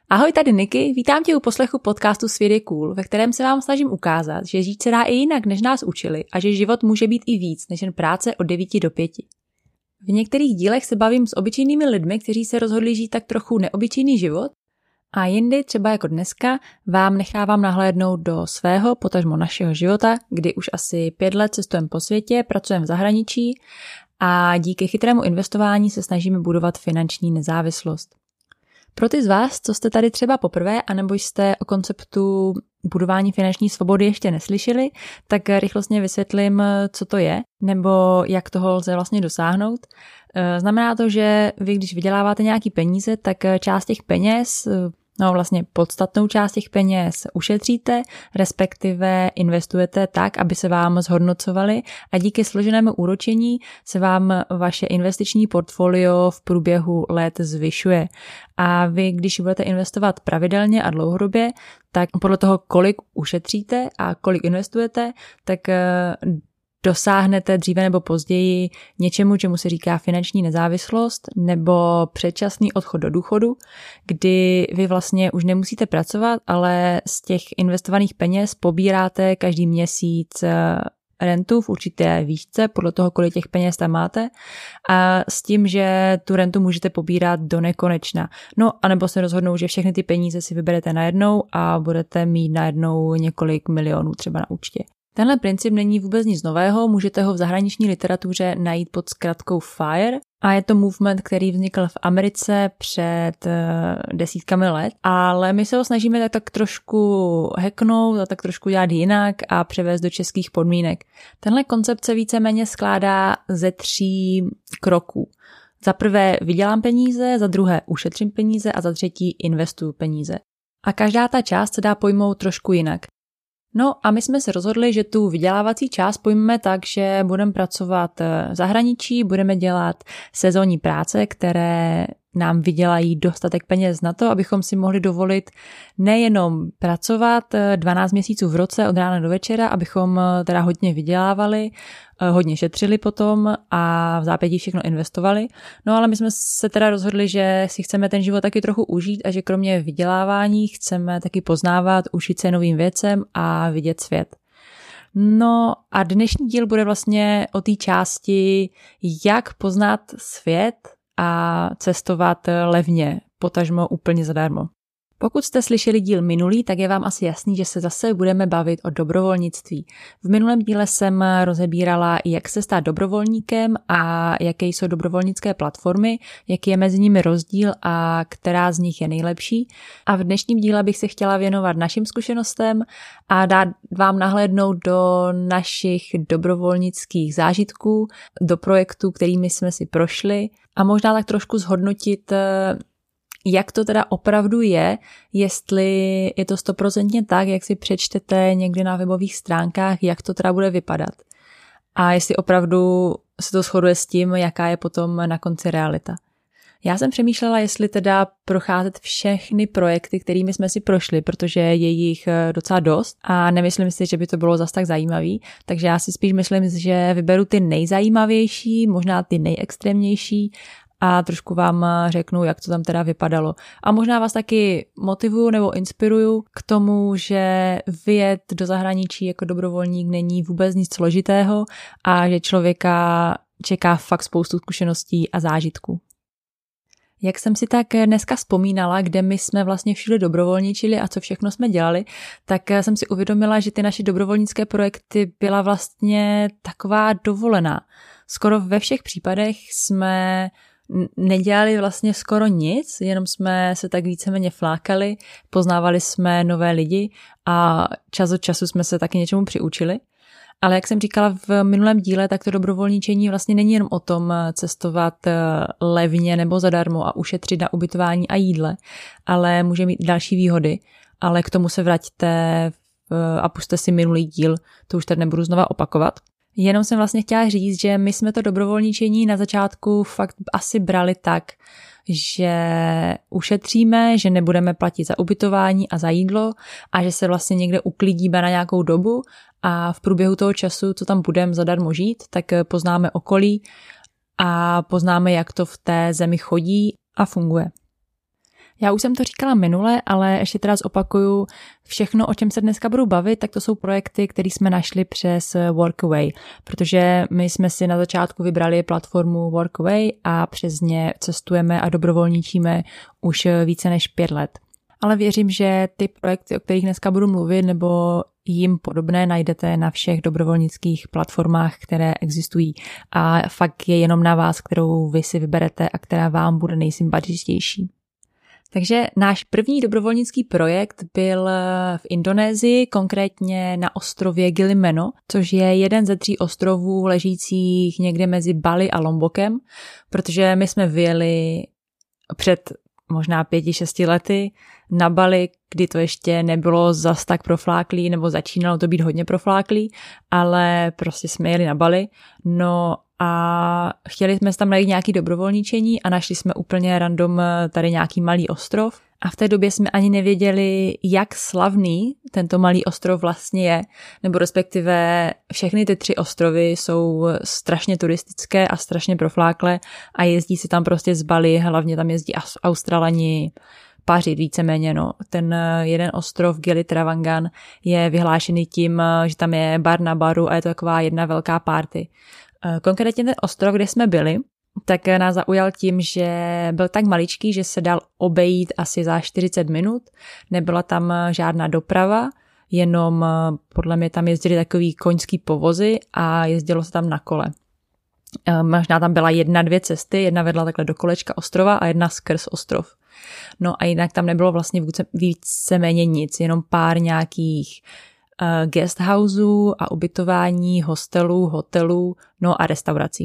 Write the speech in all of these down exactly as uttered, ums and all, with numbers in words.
Ahoj, tady Niky, vítám tě u poslechu podcastu Svět je cool, ve kterém se vám snažím ukázat, že žít se dá i jinak, než nás učili a že život může být i víc, než jen práce od devíti do pěti. V některých dílech se bavím s obyčejnými lidmi, kteří se rozhodli žít tak trochu neobyčejný život, a jindy, třeba jako dneska, vám nechávám nahlédnout do svého, potažmo našeho života, kdy už asi pět let cestujeme po světě, pracujeme v zahraničí a díky chytrému investování se snažíme budovat finanční nezávislost. Pro ty z vás, co jste tady třeba poprvé, anebo jste o konceptu budování finanční svobody ještě neslyšeli, tak rychlostně vysvětlím, co to je, nebo jak toho lze vlastně dosáhnout. Znamená to, že vy, když vyděláváte nějaký peníze, tak část těch peněz, no vlastně podstatnou část těch peněz ušetříte, respektive investujete tak, aby se vám zhodnocovaly a díky složenému úročení se vám vaše investiční portfolio v průběhu let zvyšuje. A vy, když budete investovat pravidelně a dlouhodobě, tak podle toho, kolik ušetříte a kolik investujete, tak dosáhnete dříve nebo později něčemu, čemu se říká finanční nezávislost nebo předčasný odchod do důchodu, kdy vy vlastně už nemusíte pracovat, ale z těch investovaných peněz pobíráte každý měsíc rentu v určité výšce, podle toho, kolik těch peněz tam máte, a s tím, že tu rentu můžete pobírat do nekonečna. No, anebo se rozhodnou, že všechny ty peníze si vyberete najednou a budete mít najednou několik milionů třeba na účtě. Tenhle princip není vůbec nic nového, můžete ho v zahraniční literatuře najít pod zkratkou FIRE a je to movement, který vznikl v Americe před desítkami let, ale my se ho snažíme tak, tak trošku hacknout a tak trošku dělat jinak a převést do českých podmínek. Tenhle koncept se víceméně skládá ze tří kroků. Za prvé vydělám peníze, za druhé ušetřím peníze a za třetí investuju peníze. A každá ta část se dá pojmout trošku jinak. No a my jsme se rozhodli, že tu vydělávací část pojmeme tak, že budeme pracovat v zahraničí, budeme dělat sezónní práce, které nám vydělají dostatek peněz na to, abychom si mohli dovolit nejenom pracovat dvanáct měsíců v roce od rána do večera, abychom teda hodně vydělávali, hodně šetřili potom a v zápětí všechno investovali. No ale my jsme se teda rozhodli, že si chceme ten život taky trochu užít a že kromě vydělávání chceme taky poznávat, učit se novým věcem a vidět svět. No a dnešní díl bude vlastně o té části, jak poznat svět a cestovat levně, potažmo úplně zadarmo. Pokud jste slyšeli díl minulý, tak je vám asi jasný, že se zase budeme bavit o dobrovolnictví. V minulém díle jsem rozebírala, jak se stát dobrovolníkem a jaké jsou dobrovolnické platformy, jaký je mezi nimi rozdíl a která z nich je nejlepší. A v dnešním díle bych se chtěla věnovat našim zkušenostem a dát vám nahlédnout do našich dobrovolnických zážitků, do projektů, kterými jsme si prošli a možná tak trošku zhodnotit, jak to teda opravdu je, jestli je to stoprocentně tak, jak si přečtete někdy na webových stránkách, jak to teda bude vypadat. A jestli opravdu se to shoduje s tím, jaká je potom na konci realita. Já jsem přemýšlela, jestli teda procházet všechny projekty, kterými jsme si prošli, protože je jich docela dost a nemyslím si, že by to bylo zas tak zajímavý, takže já si spíš myslím, že vyberu ty nejzajímavější, možná ty nejextrémnější a trošku vám řeknu, jak to tam teda vypadalo. A možná vás taky motivuju nebo inspiruju k tomu, že vyjet do zahraničí jako dobrovolník není vůbec nic složitého a že člověka čeká fakt spoustu zkušeností a zážitků. Jak jsem si tak dneska vzpomínala, kde my jsme vlastně všude dobrovolničili a co všechno jsme dělali, tak jsem si uvědomila, že ty naše dobrovolnické projekty byla vlastně taková dovolená. Skoro ve všech případech jsme nedělali vlastně skoro nic, jenom jsme se tak víceméně flákali, poznávali jsme nové lidi a čas od času jsme se taky něčemu přiučili. Ale jak jsem říkala v minulém díle, tak to dobrovolničení vlastně není jenom o tom cestovat levně nebo zadarmo a ušetřit na ubytování a jídle, ale může mít další výhody. Ale k tomu se vraťte a pusťte si minulý díl, to už tady nebudu znova opakovat. Jenom jsem vlastně chtěla říct, že my jsme to dobrovolničení na začátku fakt asi brali tak, že ušetříme, že nebudeme platit za ubytování a za jídlo a že se vlastně někde uklidíme na nějakou dobu a v průběhu toho času, co tam budeme zadarmo žít, tak poznáme okolí a poznáme, jak to v té zemi chodí a funguje. Já už jsem to říkala minule, ale ještě teda zopakuju, všechno, o čem se dneska budu bavit, tak to jsou projekty, které jsme našli přes Workaway, protože my jsme si na začátku vybrali platformu Workaway a přes ně cestujeme a dobrovolničíme už více než pět let. Ale věřím, že ty projekty, o kterých dneska budu mluvit, nebo jim podobné, najdete na všech dobrovolnických platformách, které existují. A fakt je jenom na vás, kterou vy si vyberete a která vám bude nejsympatičtější. Takže náš první dobrovolnický projekt byl v Indonésii, konkrétně na ostrově Gili Meno, což je jeden ze tří ostrovů ležících někde mezi Bali a Lombokem, protože my jsme vyjeli před možná pěti, šesti lety na Bali, kdy to ještě nebylo zas tak profláklý, nebo začínalo to být hodně profláklý, ale prostě jsme jeli na Bali. No a chtěli jsme tam najít nějaký dobrovolničení a našli jsme úplně random tady nějaký malý ostrov. A v té době jsme ani nevěděli, jak slavný tento malý ostrov vlastně je, nebo respektive všechny ty tři ostrovy jsou strašně turistické a strašně profláklé a jezdí se tam prostě z Bali, hlavně tam jezdí Australani, pařit víceméně. No. Ten jeden ostrov Gili Trawangan je vyhlášený tím, že tam je bar na baru a je to taková jedna velká party. Konkrétně ten ostrov, kde jsme byli, tak nás zaujal tím, že byl tak maličký, že se dal obejít asi za čtyřicet minut. Nebyla tam žádná doprava, jenom podle mě tam jezdili takový koňský povozy a jezdilo se tam na kole. Možná tam byla jedna, dvě cesty, jedna vedla takhle do kolečka ostrova a jedna skrz ostrov. No a jinak tam nebylo vlastně víceméně nic, jenom pár nějakých guest houseů a ubytování, hostelů, hotelů, no a restaurací.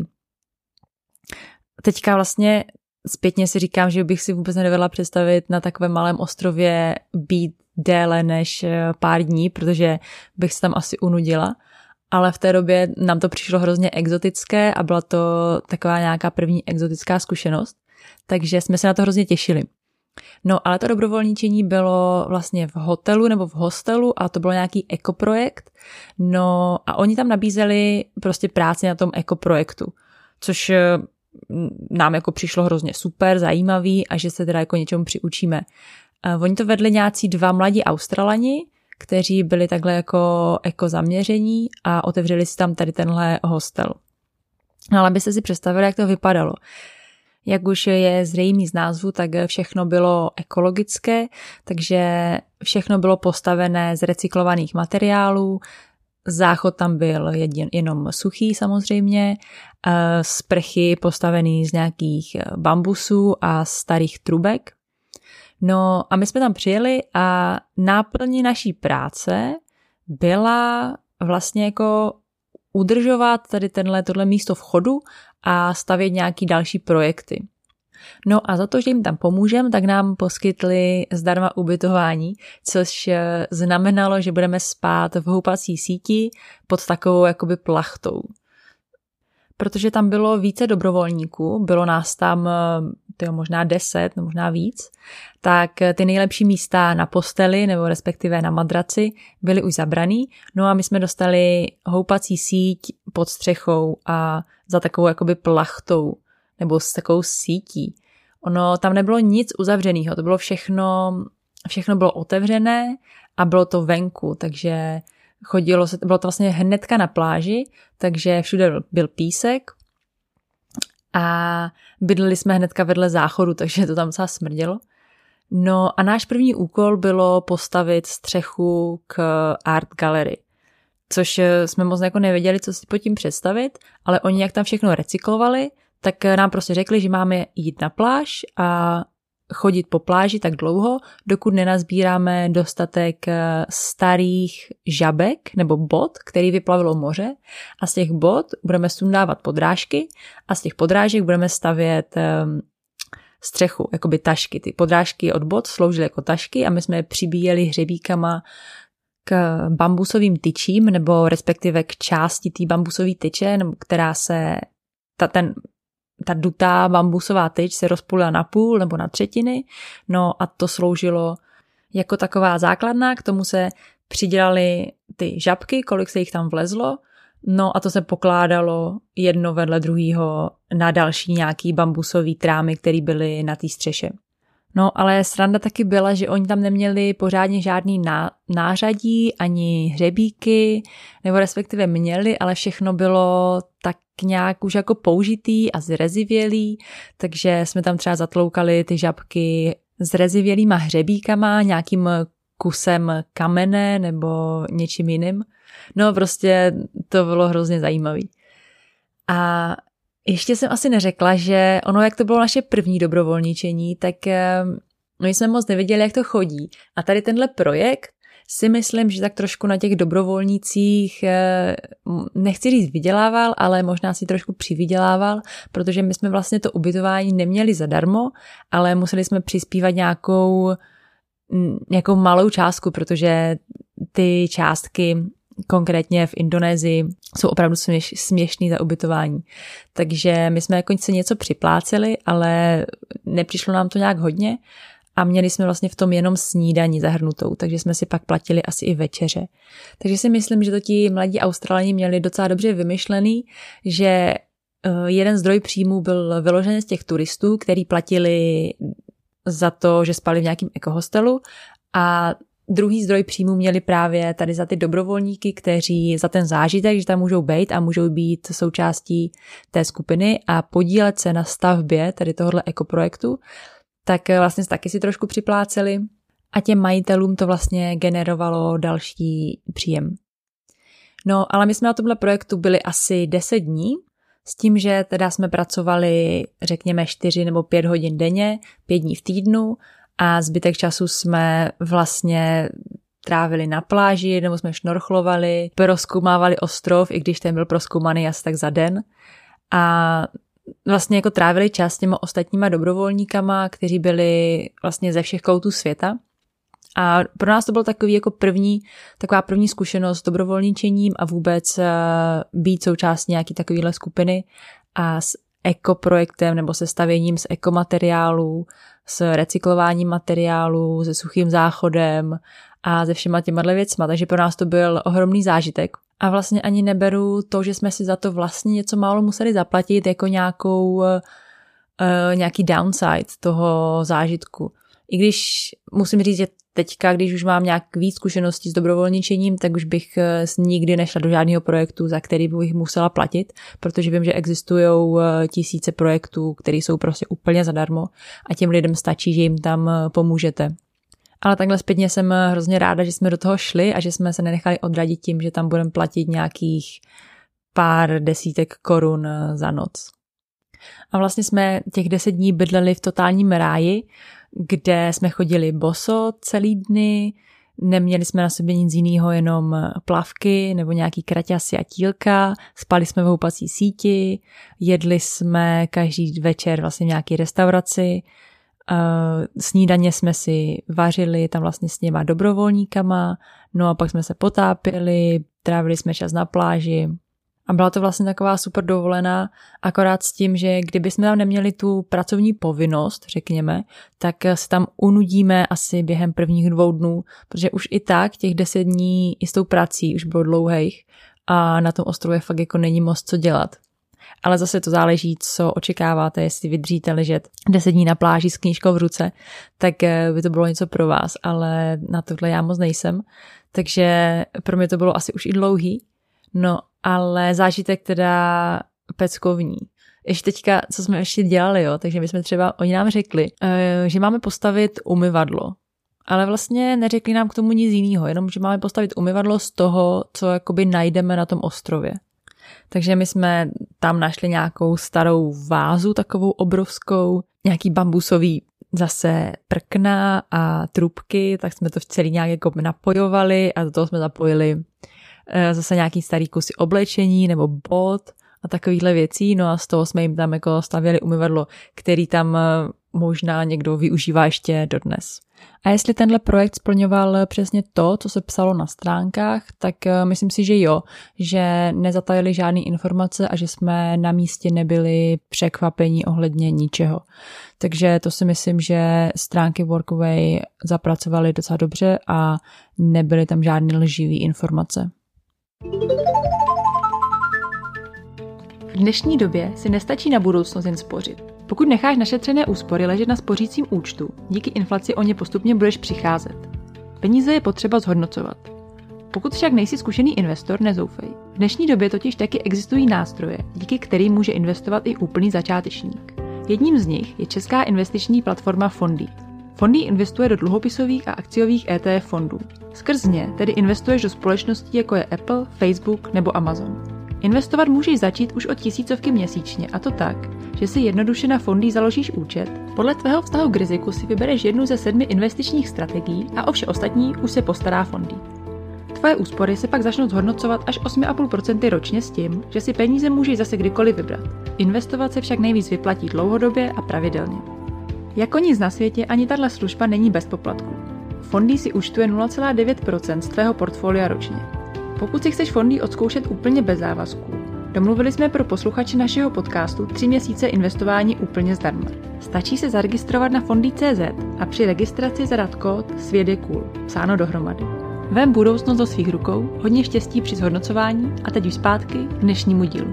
Teďka vlastně zpětně si říkám, že bych si vůbec nedovedla představit na takovém malém ostrově být déle než pár dní, protože bych se tam asi unudila, ale v té době nám to přišlo hrozně exotické a byla to taková nějaká první exotická zkušenost, takže jsme se na to hrozně těšili. No, ale to dobrovolničení bylo vlastně v hotelu nebo v hostelu a to bylo nějaký ekoprojekt. No a oni tam nabízeli prostě práci na tom ekoprojektu, což nám jako přišlo hrozně super, zajímavý a že se teda jako něčemu přiučíme. Oni to vedli nějací dva mladí Australani, kteří byli takhle jako eko zaměření a otevřeli si tam tady tenhle hostel. No, ale abyste si představili, jak to vypadalo. Jak už je zřejmý z názvu, tak všechno bylo ekologické, takže všechno bylo postavené z recyklovaných materiálů, záchod tam byl jen, jenom suchý samozřejmě, sprchy postavený z nějakých bambusů a starých trubek. No a my jsme tam přijeli a náplní naší práce byla vlastně jako udržovat tady tenhle, tohle místo v chodu a stavět nějaký další projekty. No a za to, že jim tam pomůžeme, tak nám poskytli zdarma ubytování, což znamenalo, že budeme spát v houpací síti pod takovou jakoby plachtou. Protože tam bylo více dobrovolníků, bylo nás tam tyjo, možná deset, nebo možná víc, tak ty nejlepší místa na posteli nebo respektive na madraci byly už zabraný. No a my jsme dostali houpací síť pod střechou a za takovou jakoby plachtou nebo s takovou sítí. Ono tam nebylo nic uzavřeného, to bylo všechno, všechno bylo otevřené a bylo to venku, takže chodilo se, bylo to vlastně hnedka na pláži, takže všude byl písek a bydleli jsme hnedka vedle záchodu, takže to tam docela smrdělo. No a náš první úkol bylo postavit střechu k art gallery, což jsme moc jako nevěděli, co si pod tím představit, ale oni jak tam všechno recyklovali, tak nám prostě řekli, že máme jít na pláž a chodit po pláži tak dlouho, dokud nenazbíráme dostatek starých žabek nebo bod, který vyplavilo moře a z těch bod budeme sundávat podrážky a z těch podrážek budeme stavět střechu, jakoby tašky. Ty podrážky od bod sloužily jako tašky a my jsme je přibíjeli hřebíkama k bambusovým tyčím nebo respektive k části té bambusové tyče, která se ta, ten ta dutá bambusová tyč se rozpůlila na půl nebo na třetiny, no a to sloužilo jako taková základna, k tomu se přidělaly ty žabky, kolik se jich tam vlezlo, no a to se pokládalo jedno vedle druhého na další nějaký bambusový trámy, které byly na té střeše. No, ale sranda taky byla, že oni tam neměli pořádně žádný ná, nářadí, ani hřebíky, nebo respektive měli, ale všechno bylo tak nějak už jako použitý a zrezivělý, takže jsme tam třeba zatloukali ty žabky zrezivělýma hřebíkama, nějakým kusem kamene nebo něčím jiným. No prostě to bylo hrozně zajímavý. A ještě jsem asi neřekla, že ono, jak to bylo naše první dobrovolničení, tak my jsme moc nevěděli, jak to chodí. A tady tenhle projekt si myslím, že tak trošku na těch dobrovolnících, nechci říct vydělával, ale možná si trošku přivydělával, protože my jsme vlastně to ubytování neměli zadarmo, ale museli jsme přispívat nějakou, nějakou malou částku, protože ty částky konkrétně v Indonésii jsou opravdu směš, směšný za ubytování. Takže my jsme jako se něco připláceli, ale nepřišlo nám to nějak hodně a měli jsme vlastně v tom jenom snídani zahrnutou, takže jsme si pak platili asi i večeře. Takže si myslím, že to ti mladí Australani měli docela dobře vymyšlený, že jeden zdroj příjmů byl vyložený z těch turistů, který platili za to, že spali v nějakém ekohostelu, a druhý zdroj příjmu měli právě tady za ty dobrovolníky, kteří za ten zážitek, že tam můžou být a můžou být součástí té skupiny a podílet se na stavbě tady tohohle ekoprojektu, tak vlastně taky si trošku připláceli a těm majitelům to vlastně generovalo další příjem. No, ale my jsme na tomhle projektu byli asi deset dní, s tím, že teda jsme pracovali řekněme čtyři nebo pět hodin denně, pět dní v týdnu, a zbytek času jsme vlastně trávili na pláži, nebo jsme šnorchlovali, prozkoumávali ostrov, i když ten byl prozkoumaný asi tak za den. A vlastně jako trávili čas s těma ostatníma dobrovolníkama, kteří byli vlastně ze všech koutů světa. A pro nás to byl takový jako první, taková první zkušenost s dobrovolničením a vůbec být součástí nějaký takovýhle skupiny a s ekoprojektem nebo se stavěním z ekomateriálů, s recyklováním materiálů, se suchým záchodem a se všema těmahle věcma. Takže pro nás to byl ohromný zážitek. A vlastně ani neberu to, že jsme si za to vlastně něco málo museli zaplatit jako nějakou, uh, nějaký downside toho zážitku. I když musím říct, že teďka, když už mám nějak víc zkušeností s dobrovolničením, tak už bych nikdy nešla do žádného projektu, za který bych musela platit, protože vím, že existují tisíce projektů, které jsou prostě úplně zadarmo a těm lidem stačí, že jim tam pomůžete. Ale takhle zpětně jsem hrozně ráda, že jsme do toho šli a že jsme se nenechali odradit tím, že tam budeme platit nějakých pár desítek korun za noc. A vlastně jsme těch deset dní bydleli v totálním ráji, kde jsme chodili boso celý dny, neměli jsme na sobě nic jiného, jenom plavky nebo nějaký kraťasy a tílka, spali jsme v houpací síti, jedli jsme každý večer vlastně v nějaké restauraci, snídaně jsme si vařili tam vlastně s těma dobrovolníkama, no a pak jsme se potápěli, trávili jsme čas na pláži. A byla to vlastně taková super dovolená, akorát s tím, že kdyby jsme tam neměli tu pracovní povinnost, řekněme, tak se tam unudíme asi během prvních dvou dnů, protože už i tak těch deset dní i s tou prací už bylo dlouhých a na tom ostrově fakt jako není moc co dělat. Ale zase to záleží, co očekáváte, jestli vydržíte ležet deset dní na pláži s knížkou v ruce, tak by to bylo něco pro vás, ale na tohle já moc nejsem, takže pro mě to bylo asi už i dlouhý. No, ale zážitek teda peckovní. Ještě teďka, co jsme ještě dělali, jo, takže my jsme třeba, oni nám řekli, že máme postavit umyvadlo. Ale vlastně neřekli nám k tomu nic jiného, jenom, že máme postavit umyvadlo z toho, co jakoby najdeme na tom ostrově. Takže my jsme tam našli nějakou starou vázu, takovou obrovskou, nějaký bambusový zase prkna a trubky, tak jsme to celý nějak jako napojovali a do toho jsme zapojili zase nějaký starý kusy oblečení nebo bot a takovýchhle věcí, no a z toho jsme jim tam jako stavěli umyvadlo, který tam možná někdo využívá ještě dodnes. A jestli tenhle projekt splňoval přesně to, co se psalo na stránkách, tak myslím si, že jo, že nezatajili žádné informace a že jsme na místě nebyli překvapení ohledně ničeho. Takže to si myslím, že stránky Workaway zapracovaly docela dobře a nebyly tam žádné lživé informace. V dnešní době si nestačí na budoucnost jen spořit. Pokud necháš našetřené úspory ležet na spořícím účtu, díky inflaci o ně postupně budeš přicházet. Peníze je potřeba zhodnocovat. Pokud však nejsi zkušený investor, nezoufej. V dnešní době totiž taky existují nástroje, díky kterým může investovat i úplný začátečník. Jedním z nich je česká investiční platforma Fondy. Fondy investuje do dluhopisových a akciových E T F fondů. Skrz ně tedy investuješ do společností jako je Apple, Facebook nebo Amazon. Investovat můžeš začít už od tisícovky měsíčně, a to tak, že si jednoduše na Fondy založíš účet, podle tvého vztahu k riziku si vybereš jednu ze sedmi investičních strategií a o vše ostatní už se postará Fondy. Tvoje úspory se pak začnou zhodnocovat až osm celá pět procenta ročně s tím, že si peníze můžeš zase kdykoliv vybrat. Investovat se však nejvíc vyplatí dlouhodobě a pravidelně. Jako nic na světě ani tahle služba není bez poplatků. Fondy si účtuje nula celá devět procenta z tvého portfolia ročně. Pokud si chceš Fondy odzkoušet úplně bez závazků, domluvili jsme pro posluchače našeho podcastu tři měsíce investování úplně zdarma. Stačí se zaregistrovat na fondy tečka cé zet a při registraci zadat kód Svět je cool, psáno dohromady. Vem budoucnost do svých rukou, hodně štěstí při zhodnocování a teď už zpátky k dnešnímu dílu.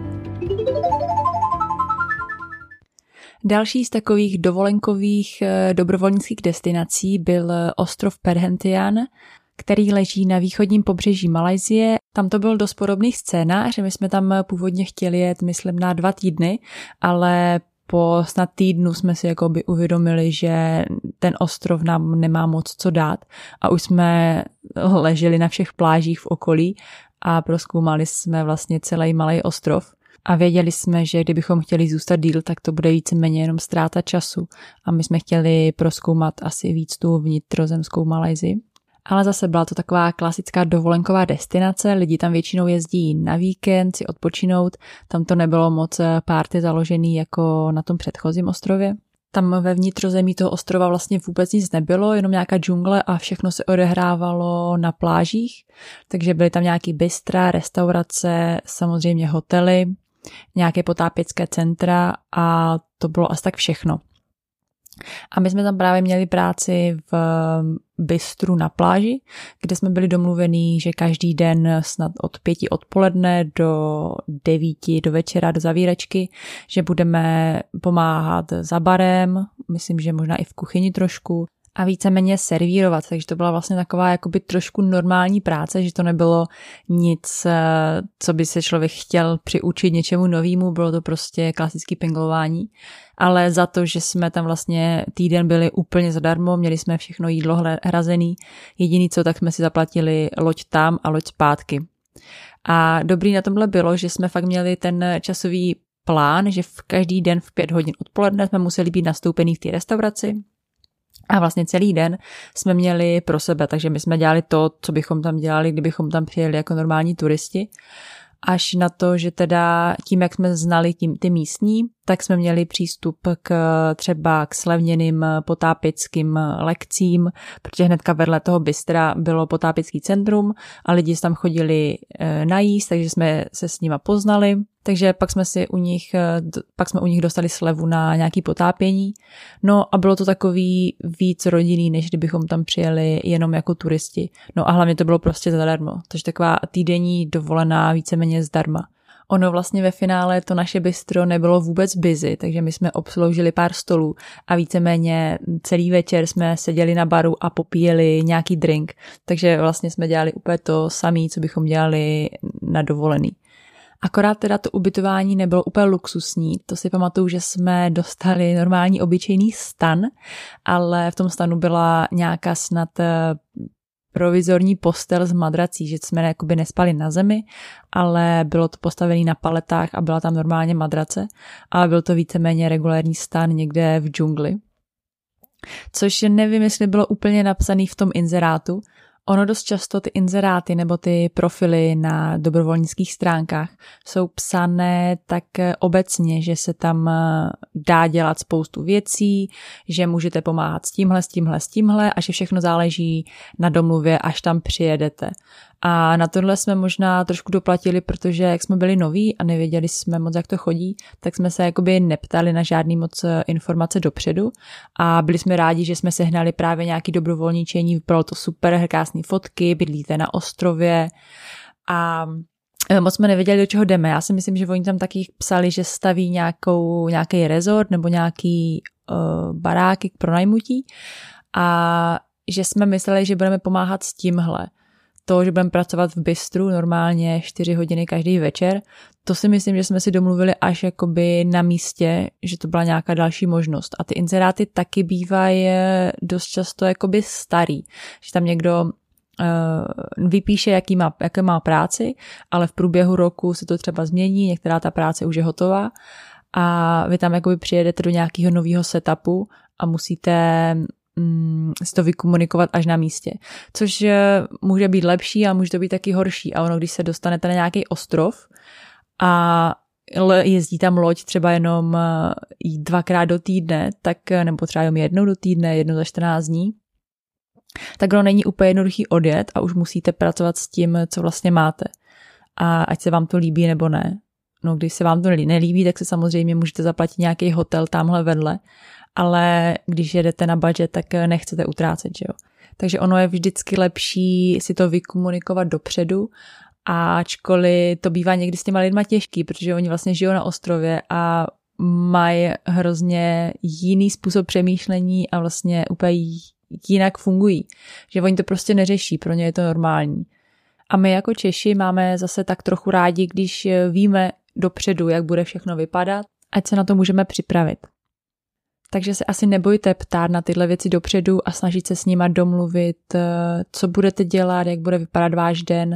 Další z takových dovolenkových dobrovolnických destinací byl ostrov Perhentian, který leží na východním pobřeží Malajsie. Tam to byl dost podobný scénář, my jsme tam původně chtěli jet, myslím, na dva týdny, ale po snad týdnu jsme si jakoby uvědomili, že ten ostrov nám nemá moc co dát a už jsme leželi na všech plážích v okolí a prozkoumali jsme vlastně celý malý ostrov. A věděli jsme, že kdybychom chtěli zůstat díl, tak to bude víceméně jenom ztráta času. A my jsme chtěli prozkoumat asi víc tu vnitrozemskou Malajsii. Ale zase byla to taková klasická dovolenková destinace, lidi tam většinou jezdí na víkend si odpočinout, tam to nebylo moc party založený jako na tom předchozím ostrově. Tam ve vnitrozemí toho ostrova vlastně vůbec nic nebylo, jenom nějaká džungle a všechno se odehrávalo na plážích, takže byly tam nějaký bystra, restaurace, samozřejmě hotely, nějaké potápěcké centra a to bylo asi tak všechno. A my jsme tam právě měli práci v bistru na pláži, kde jsme byli domluvení, že každý den snad od pěti odpoledne do devíti do večera, do zavíračky, že budeme pomáhat za barem, myslím, že možná i v kuchyni trošku, a víceméně servírovat, takže to byla vlastně taková jakoby trošku normální práce, že to nebylo nic, co by se člověk chtěl přiučit něčemu novému, bylo to prostě klasický pinglování, ale za to, že jsme tam vlastně týden byli úplně zadarmo, měli jsme všechno jídlo hrazený, jediný co, tak jsme si zaplatili loď tam a loď zpátky. A dobrý na tomhle bylo, že jsme fakt měli ten časový plán, že v každý den v pět hodin odpoledne jsme museli být nastoupený v té restauraci, a vlastně celý den jsme měli pro sebe, takže my jsme dělali to, co bychom tam dělali, kdybychom tam přijeli jako normální turisti. Až na to, že teda tím, jak jsme znali tím, ty místní, tak jsme měli přístup k třeba k slevněným potápěckým lekcím, protože hnedka vedle toho bystra bylo potápěcký centrum a lidi tam chodili najíst, takže jsme se s nima poznali. Takže pak jsme si u nich, pak jsme u nich dostali slevu na nějaké potápění. No a bylo to takový víc rodinný, než kdybychom tam přijeli jenom jako turisti. No a hlavně to bylo prostě zadarmo. Takže taková týdenní dovolená víceméně zdarma. Ono vlastně ve finále to naše bistro nebylo vůbec busy, takže my jsme obsloužili pár stolů a víceméně celý večer jsme seděli na baru a popíjeli nějaký drink. Takže vlastně jsme dělali úplně to samé, co bychom dělali na dovolený. Akorát teda to ubytování nebylo úplně luxusní, to si pamatuju, že jsme dostali normální obyčejný stan, ale v tom stanu byla nějaká snad provizorní postel z madrací, že jsme jakoby nespali na zemi, ale bylo to postavené na paletách a byla tam normálně madrace, ale byl to víceméně regulární stan někde v džungli. Což nevím, jestli bylo úplně napsané v tom inzerátu. Ono dost často ty inzeráty nebo ty profily na dobrovolnických stránkách jsou psané tak obecně, že se tam dá dělat spoustu věcí, že můžete pomáhat s tímhle, s tímhle, s tímhle a že všechno záleží na domluvě, až tam přijedete. A na tohle jsme možná trošku doplatili, protože jak jsme byli noví a nevěděli jsme moc, jak to chodí, tak jsme se jakoby neptali na žádný moc informace dopředu a byli jsme rádi, že jsme sehnali právě nějaký dobrovolničení, bylo to super, krásné fotky, bydlíte na ostrově a Moc jsme nevěděli, do čeho jdeme. Já si myslím, že oni tam taky psali, že staví nějakou, nějaký resort nebo nějaký uh, baráky k pronajmutí a že jsme mysleli, že budeme pomáhat s tímhle. To, že budeme pracovat v bistru normálně čtyři hodiny každý večer, to si myslím, že jsme si domluvili až jakoby na místě, že to byla nějaká další možnost. A ty inzeráty taky bývají dost často jakoby starý. Že tam někdo uh, vypíše, jaký má, jaké má práci, ale v průběhu roku se to třeba změní, některá ta práce už je hotová a vy tam jakoby přijedete do nějakého nového setupu a musíte si to vykomunikovat až na místě. Což může být lepší a může to být taky horší. A ono, když se dostanete na nějaký ostrov a jezdí tam loď třeba jenom dvakrát do týdne, tak, nebo třeba jenom jednou do týdne, jednou za čtrnáct dní, tak ono není úplně jednoduchý odjet a už musíte pracovat s tím, co vlastně máte. A ať se vám to líbí nebo ne. No, když se vám to nelíbí, tak se samozřejmě můžete zaplatit nějaký hotel tamhle vedle, ale když jedete na budget, tak nechcete utrácet, že jo. Takže ono je vždycky lepší si to vykomunikovat dopředu, a ačkoliv to bývá někdy s těma lidma těžký, protože oni vlastně žijou na ostrově a mají hrozně jiný způsob přemýšlení a vlastně úplně jinak fungují. Že oni to prostě neřeší, pro ně je to normální. A my jako Češi máme zase tak trochu rádi, když víme dopředu, jak bude všechno vypadat, ať se na to můžeme připravit. Takže se asi nebojte ptát na tyhle věci dopředu a snažit se s nima domluvit, co budete dělat, jak bude vypadat váš den,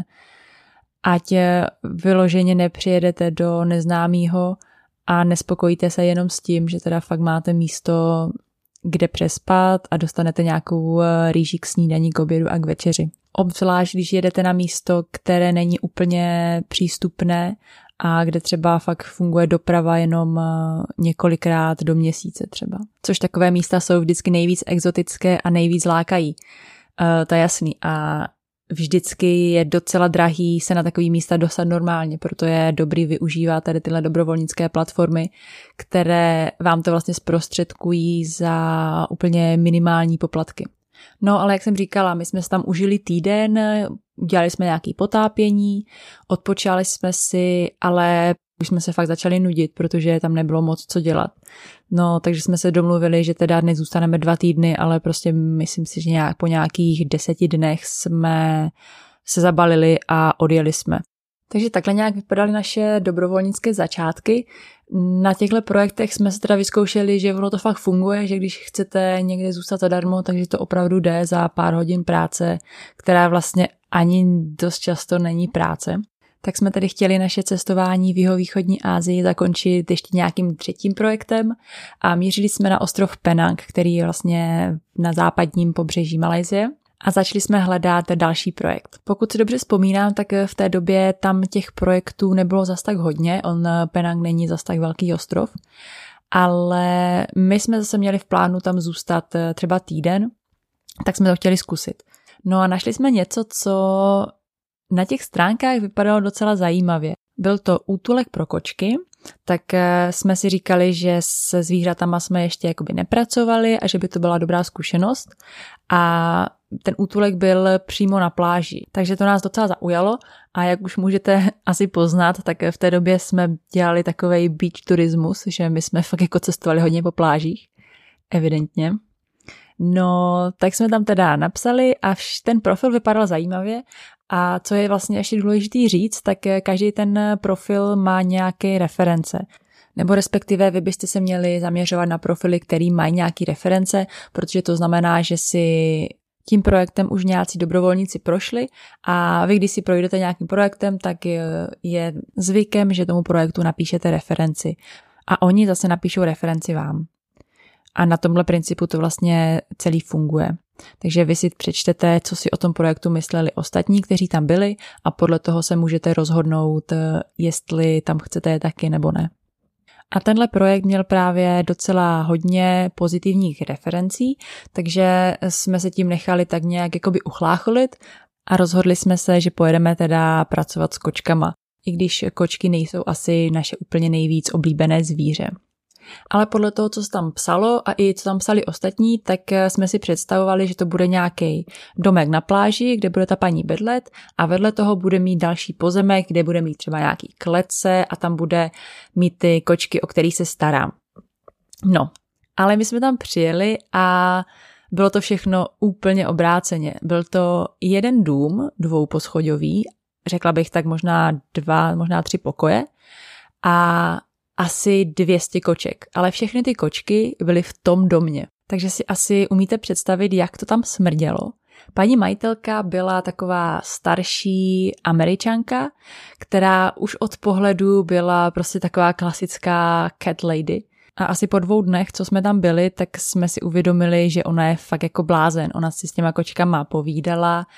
ať vyloženě nepřijedete do neznámého a nespokojíte se jenom s tím, že teda fakt máte místo, kde přespat a dostanete nějakou rýži k snídani, k obědu a k večeři. Obzvlášť, když jedete na místo, které není úplně přístupné a kde třeba fakt funguje doprava jenom několikrát do měsíce třeba. Což takové místa jsou vždycky nejvíc exotické a nejvíc lákají. Uh, to je jasný. A vždycky je docela drahý se na takové místa dostat normálně, proto je dobrý využívat tady tyhle dobrovolnické platformy, které vám to vlastně zprostředkují za úplně minimální poplatky. No, ale jak jsem říkala, my jsme se tam užili týden, udělali jsme nějaké potápění, odpočali jsme si, ale už jsme se fakt začali nudit, protože tam nebylo moc co dělat. No, takže jsme se domluvili, že teda nezůstaneme dva týdny, ale prostě myslím si, že nějak po nějakých deseti dnech jsme se zabalili a odjeli jsme. Takže takhle nějak vypadaly naše dobrovolnické začátky. Na těchto projektech jsme se teda vyzkoušeli, že ono to fakt funguje, že když chcete někde zůstat zadarmo, takže to opravdu jde za pár hodin práce, která vlastně ani dost často není práce. Tak jsme tedy chtěli naše cestování v jihovýchodní Asii zakončit ještě nějakým třetím projektem a mířili jsme na ostrov Penang, který je vlastně na západním pobřeží Malajsie. A začali jsme hledat další projekt. Pokud si dobře vzpomínám, tak v té době tam těch projektů nebylo zas tak hodně. On Penang není zas tak velký ostrov. Ale my jsme zase měli v plánu tam zůstat třeba týden, tak jsme to chtěli zkusit. No a našli jsme něco, co na těch stránkách vypadalo docela zajímavě. Byl to útulek pro kočky, tak jsme si říkali, že se zvířatama jsme ještě jakoby nepracovali a že by to byla dobrá zkušenost. A ten útulek byl přímo na pláži, takže to nás docela zaujalo a jak už můžete asi poznat, tak v té době jsme dělali takovej beach turismus, že my jsme fakt jako cestovali hodně po plážích, evidentně. No, tak jsme tam teda napsali a ten profil vypadal zajímavě a co je vlastně ještě důležitý říct, tak každý ten profil má nějaké reference. Nebo respektive vy byste se měli zaměřovat na profily, který mají nějaké reference, protože to znamená, že si tím projektem už nějací dobrovolníci prošli a vy, když si projdete nějakým projektem, tak je zvykem, že tomu projektu napíšete referenci a oni zase napíšou referenci vám. A na tomhle principu to vlastně celý funguje. Takže vy si přečtete, co si o tom projektu mysleli ostatní, kteří tam byli a podle toho se můžete rozhodnout, jestli tam chcete je taky nebo ne. A tenhle projekt měl právě docela hodně pozitivních referencí, takže jsme se tím nechali tak nějak jakoby uchlácholit a rozhodli jsme se, že pojedeme teda pracovat s kočkama, i když kočky nejsou asi naše úplně nejvíc oblíbené zvíře. ale podle toho, co se tam psalo a i co tam psali ostatní, tak jsme si představovali, že to bude nějaký domek na pláži, kde bude ta paní bydlet a vedle toho bude mít další pozemek, kde bude mít třeba nějaký klece a tam bude mít ty kočky, o kterých se starám. No, ale my jsme tam přijeli a bylo to všechno úplně obráceně. Byl to jeden dům, dvouposchodový, řekla bych tak možná dva, možná tři pokoje a asi dvě stě koček. Ale všechny ty kočky byly v tom domě. Takže si asi umíte představit, jak to tam smrdělo. Paní majitelka byla taková starší Američanka, která už od pohledu byla prostě taková klasická cat lady. A asi po dvou dnech, co jsme tam byli, tak jsme si uvědomili, že ona je fakt jako blázen. Ona si s těma kočkama povídala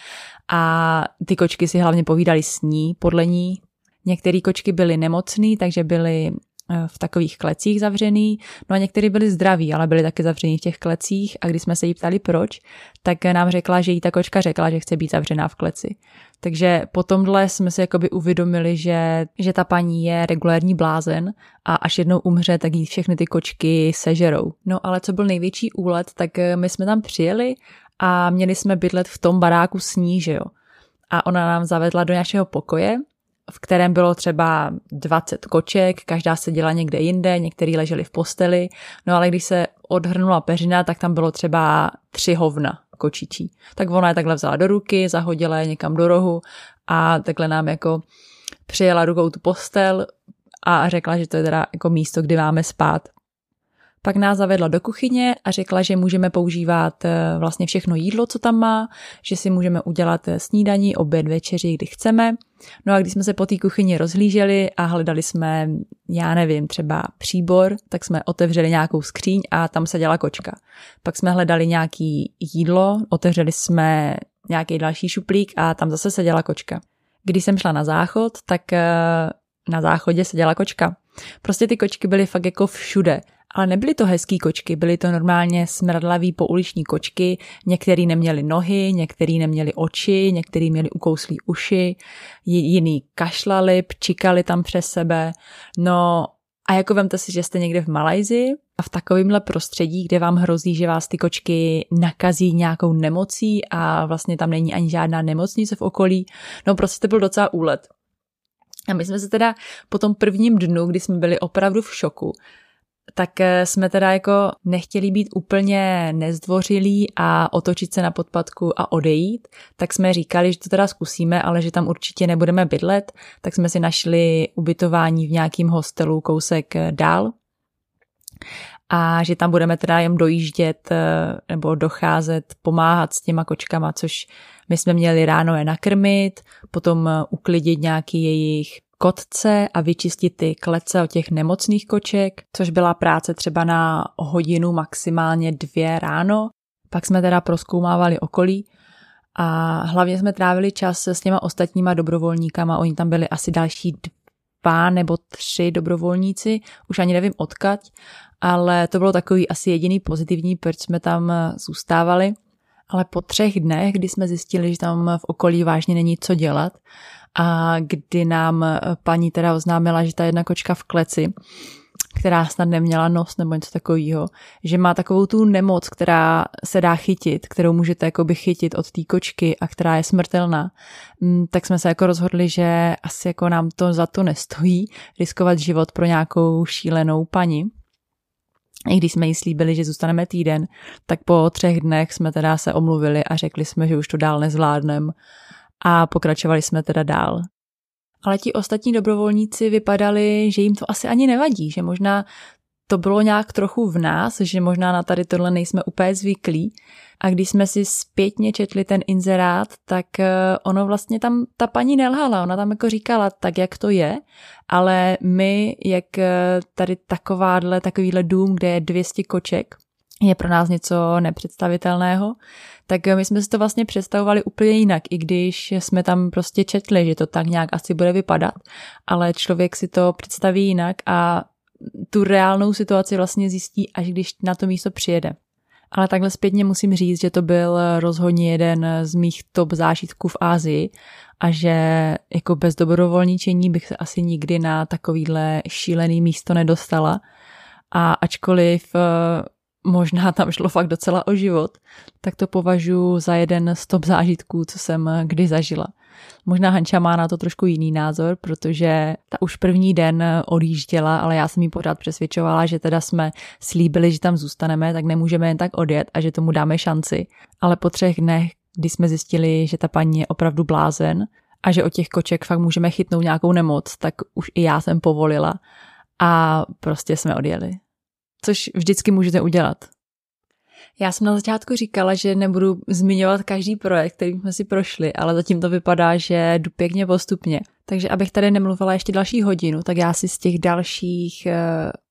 a ty kočky si hlavně povídaly s ní, podle ní. Některé kočky byly nemocný, takže byly v takových klecích zavřený, no a některé byly zdraví, ale byly taky zavřený v těch klecích a když jsme se jí ptali proč, tak nám řekla, že jí ta kočka řekla, že chce být zavřená v kleci. Takže po tomhle jsme si jakoby uvědomili, že, že ta paní je regulérní blázen a až jednou umře, tak jí všechny ty kočky sežerou. No ale co byl největší úlet, tak my jsme tam přijeli a měli jsme bydlet v tom baráku s ní, že jo. A ona nám zavedla do našeho pokoje, v kterém bylo třeba dvacet koček, každá seděla někde jinde, některý leželi v posteli, no ale když se odhrnula peřina, tak tam bylo třeba tři hovna kočičí. Tak ona je takhle vzala do ruky, zahodila je někam do rohu a takhle nám jako přijela rukou tu postel a řekla, že to je teda jako místo, kde máme spát. Pak nás zavedla do kuchyně a řekla, že můžeme používat vlastně všechno jídlo, co tam má, že si můžeme udělat snídani, oběd, večeři, kdy chceme. No a když jsme se po té kuchyni rozhlíželi a hledali jsme, já nevím, třeba příbor, tak jsme otevřeli nějakou skříň a tam seděla kočka. Pak jsme hledali nějaký jídlo, otevřeli jsme nějaký další šuplík a tam zase seděla kočka. Když jsem šla na záchod, tak na záchodě seděla kočka. Prostě ty kočky byly fakt jako všude. Ale nebyly to hezký kočky, byly to normálně smradlavý pouliční kočky, některý neměli nohy, některý neměli oči, některý měli ukouslý uši, jiný kašlali, pčikali tam přes sebe. No a jako vemte si, že jste někde v Malajsii a v takovémhle prostředí, kde vám hrozí, že vás ty kočky nakazí nějakou nemocí a vlastně tam není ani žádná nemocnice v okolí, no prostě to byl docela úlet. A my jsme se teda po tom prvním dnu, kdy jsme byli opravdu v šoku, tak jsme teda jako nechtěli být úplně nezdvořilí a otočit se na podpatku a odejít, tak jsme říkali, že to teda zkusíme, ale že tam určitě nebudeme bydlet, tak jsme si našli ubytování v nějakém hostelu kousek dál a že tam budeme teda jen dojíždět nebo docházet, pomáhat s těma kočkama, což my jsme měli ráno je nakrmit, potom uklidit nějaký jejich kotce a vyčistit ty klece od těch nemocných koček, což byla práce třeba na hodinu, maximálně dvě ráno. Pak jsme teda prozkoumávali okolí a hlavně jsme trávili čas s těma ostatníma dobrovolníkama. Oni tam byli asi další dva nebo tři dobrovolníci, už ani nevím odkud, ale to bylo takový asi jediný pozitivní, proč jsme tam zůstávali. Ale po třech dnech, kdy jsme zjistili, že tam v okolí vážně není co dělat, a kdy nám paní teda oznámila, že ta jedna kočka v kleci, která snad neměla nos nebo něco takového, že má takovou tu nemoc, která se dá chytit, kterou můžete jakoby chytit od té kočky a která je smrtelná, tak jsme se jako rozhodli, že asi jako nám to za to nestojí riskovat život pro nějakou šílenou paní. I když jsme jí slíbili, že zůstaneme týden, tak po třech dnech jsme teda se omluvili a řekli jsme, že už to dál nezvládneme. A pokračovali jsme teda dál. Ale ti ostatní dobrovolníci vypadali, že jim to asi ani nevadí, že možná to bylo nějak trochu v nás, že možná na tady tohle nejsme úplně zvyklí. A když jsme si zpětně četli ten inzerát, tak ono vlastně tam ta paní nelhala, ona tam jako říkala tak, jak to je, ale my, jak tady takováhle, takovýhle dům, kde je dvě stě koček, je pro nás něco nepředstavitelného, tak my jsme si to vlastně představovali úplně jinak, i když jsme tam prostě četli, že to tak nějak asi bude vypadat, ale člověk si to představí jinak a tu reálnou situaci vlastně zjistí, až když na to místo přijede. Ale takhle zpětně musím říct, že to byl rozhodně jeden z mých top zážitků v Asii a že jako bez dobrovolničení bych se asi nikdy na takovýhle šílený místo nedostala. A ačkoliv možná tam šlo fakt docela o život, tak to považuji za jeden z top zážitků, co jsem kdy zažila. Možná Hanča má na to trošku jiný názor, protože ta už první den odjížděla, ale já jsem jí pořád přesvědčovala, že teda jsme slíbili, že tam zůstaneme, tak nemůžeme jen tak odjet a že tomu dáme šanci. Ale po třech dnech, kdy jsme zjistili, že ta paní je opravdu blázen a že od těch koček fakt můžeme chytnout nějakou nemoc, tak už i já jsem povolila a prostě jsme odjeli. Což vždycky můžete udělat. Já jsem na začátku říkala, že nebudu zmiňovat každý projekt, který jsme si prošli, ale zatím to vypadá, že jdu pěkně postupně. Takže abych tady nemluvila ještě další hodinu, tak já si z těch dalších eh,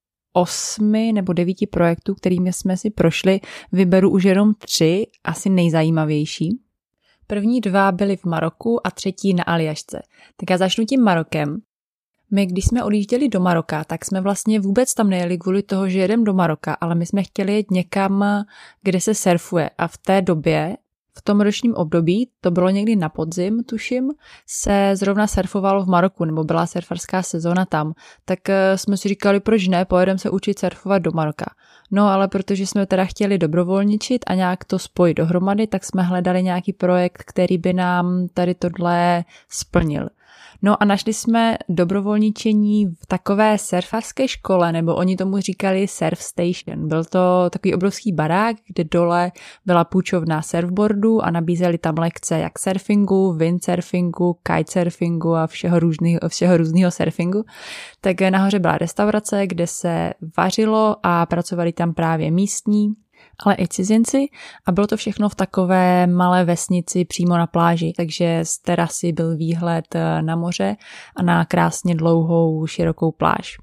osmi nebo devíti projektů, kterými jsme si prošli, vyberu už jenom tři, asi nejzajímavější. První dva byly v Maroku a třetí na Aljašce. Tak já začnu tím Marokem. My, když jsme odjížděli do Maroka, tak jsme vlastně vůbec tam nejeli kvůli toho, že jedem do Maroka, ale my jsme chtěli jít někam, kde se surfuje. A v té době, v tom ročním období, to bylo někdy na podzim, tuším, se zrovna surfovalo v Maroku, nebo byla surfarská sezóna tam. Tak jsme si říkali, proč ne, pojedeme se učit surfovat do Maroka. No ale protože jsme teda chtěli dobrovolničit a nějak to spojit dohromady, tak jsme hledali nějaký projekt, který by nám tady tohle splnil. No a našli jsme dobrovolničení v takové surfarské škole, nebo oni tomu říkali surf station. Byl to takový obrovský barák, kde dole byla půjčovna surfboardu a nabízeli tam lekce jak surfingu, windsurfingu, kitesurfingu a všeho různého, všeho různého surfingu. Tak nahoře byla restaurace, kde se vařilo a pracovali tam právě místní, ale i cizinci a bylo to všechno v takové malé vesnici přímo na pláži, takže z terasy byl výhled na moře a na krásně dlouhou, širokou pláž.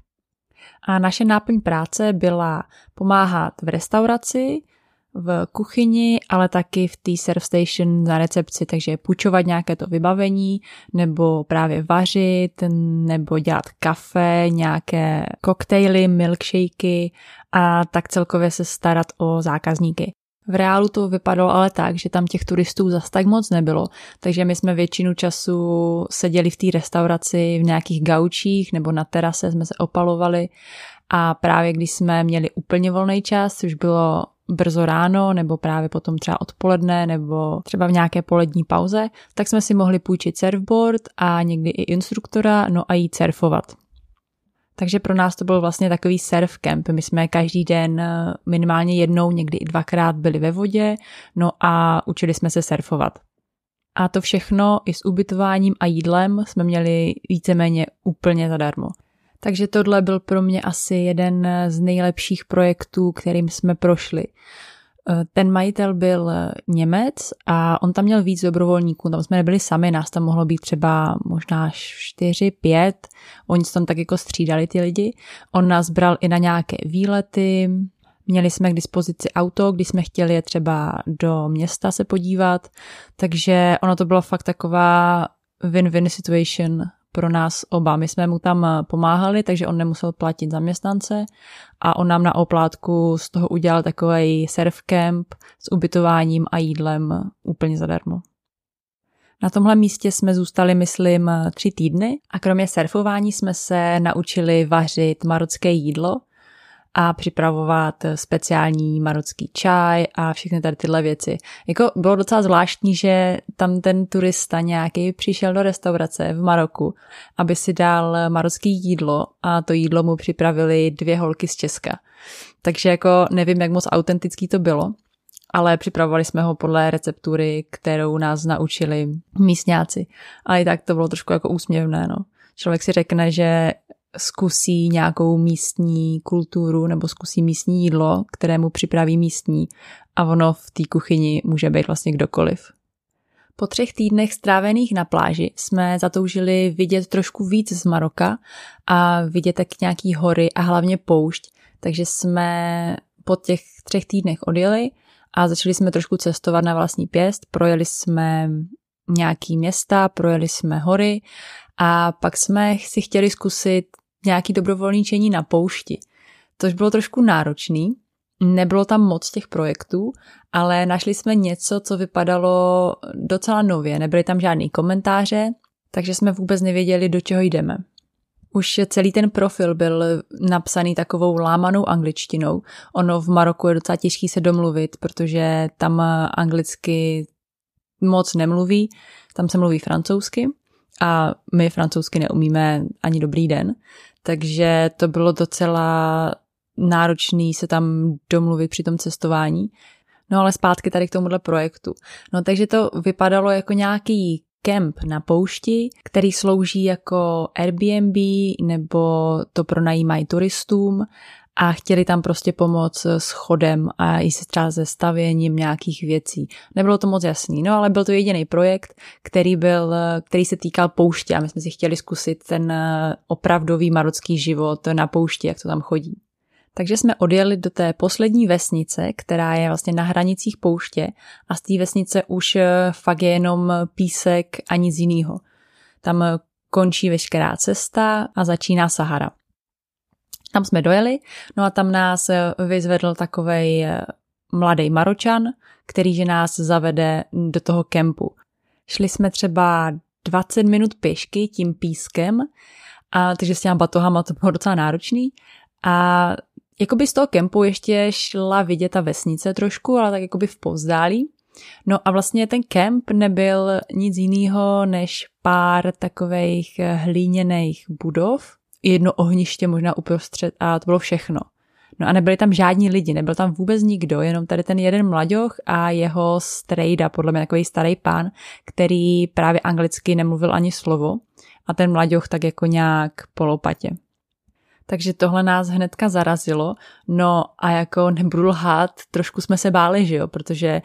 A naše náplň práce byla pomáhat v restauraci, v kuchyni, ale taky v té surf station na recepci, takže půjčovat nějaké to vybavení, nebo právě vařit, nebo dělat kafe, nějaké koktejly, milkshakey a tak celkově se starat o zákazníky. V reálu to vypadalo ale tak, že tam těch turistů zas tak moc nebylo, takže my jsme většinu času seděli v té restauraci v nějakých gaučích nebo na terase jsme se opalovali a právě když jsme měli úplně volný čas, což bylo brzo ráno nebo právě potom třeba odpoledne nebo třeba v nějaké polední pauze, tak jsme si mohli půjčit surfboard a někdy i instruktora, no a jít surfovat. Takže pro nás to byl vlastně takový surf camp. My jsme každý den minimálně jednou, někdy i dvakrát byli ve vodě, no a učili jsme se surfovat. A to všechno i s ubytováním a jídlem jsme měli víceméně úplně zadarmo. Takže tohle byl pro mě asi jeden z nejlepších projektů, kterým jsme prošli. Ten majitel byl Němec a on tam měl víc dobrovolníků, tam jsme nebyli sami, nás tam mohlo být třeba možná čtyři, pět, oni se tam tak jako střídali ty lidi. On nás bral i na nějaké výlety, měli jsme k dispozici auto, když jsme chtěli je třeba do města se podívat, takže ono to bylo fakt taková win-win situation pro nás oba. My jsme mu tam pomáhali, takže on nemusel platit zaměstnance a on nám na oplátku z toho udělal takový surf camp s ubytováním a jídlem úplně zadarmo. Na tomhle místě jsme zůstali, myslím, tři týdny a kromě surfování jsme se naučili vařit marocké jídlo a připravovat speciální marocký čaj a všechny tady tyhle věci. Jako bylo docela zvláštní, že tam ten turista nějaký přišel do restaurace v Maroku, aby si dal marocké jídlo a to jídlo mu připravili dvě holky z Česka. Takže jako nevím, jak moc autentický to bylo, ale připravovali jsme ho podle receptury, kterou nás naučili místňáci. Ale i tak to bylo trošku jako úsměvné. No. Člověk si řekne, že zkusí nějakou místní kulturu nebo zkusí místní jídlo, kterému připraví místní a ono v té kuchyni může být vlastně kdokoliv. Po třech týdnech strávených na pláži jsme zatoužili vidět trošku víc z Maroka a vidět tak nějaký hory a hlavně poušť, takže jsme po těch třech týdnech odjeli a začali jsme trošku cestovat na vlastní pěst, projeli jsme nějaký města, projeli jsme hory a pak jsme si chtěli zkusit nějaký dobrovolničení na poušti. Tož bylo trošku náročný, nebylo tam moc těch projektů, ale našli jsme něco, co vypadalo docela nově. Nebyly tam žádný komentáře, takže jsme vůbec nevěděli, do čeho jdeme. Už celý ten profil byl napsaný takovou lámanou angličtinou. Ono v Maroku je docela těžký se domluvit, protože tam anglicky moc nemluví, tam se mluví francouzsky a my francouzsky neumíme ani dobrý den, takže to bylo docela náročný se tam domluvit při tom cestování. No ale zpátky tady k tomuhle projektu. No takže to vypadalo jako nějaký kemp na poušti, který slouží jako Airbnb nebo to pronajímají turistům a chtěli tam prostě pomoct s chodem a i se třeba se stavěním nějakých věcí. Nebylo to moc jasný, no ale byl to jediný projekt, který, byl, který se týkal pouště a my jsme si chtěli zkusit ten opravdový marocký život na poušti, jak to tam chodí. Takže jsme odjeli do té poslední vesnice, která je vlastně na hranicích pouště a z té vesnice už fakt je jenom písek a nic jinýho. Tam končí veškerá cesta a začíná Sahara. Tam jsme dojeli, no a tam nás vyzvedl takovej mladý Maročan, který že nás zavede do toho kempu. Šli jsme třeba dvacet minut pěšky tím pískem, a takže s těma batohama to bylo docela náročný a jakoby z toho kempu ještě šla vidět ta vesnice trošku, ale tak jakoby v povzdálí. No a vlastně ten kemp nebyl nic jiného než pár takových hlíněných budov, jedno ohniště možná uprostřed a to bylo všechno. No a nebyli tam žádní lidi, nebyl tam vůbec nikdo, jenom tady ten jeden mlaďoch a jeho strejda, podle mě takový starý pán, který právě anglicky nemluvil ani slovo a ten mlaďoch tak jako nějak polopatě. Takže tohle nás hnedka zarazilo, no a jako nebudu lhát, trošku jsme se báli, že jo, protože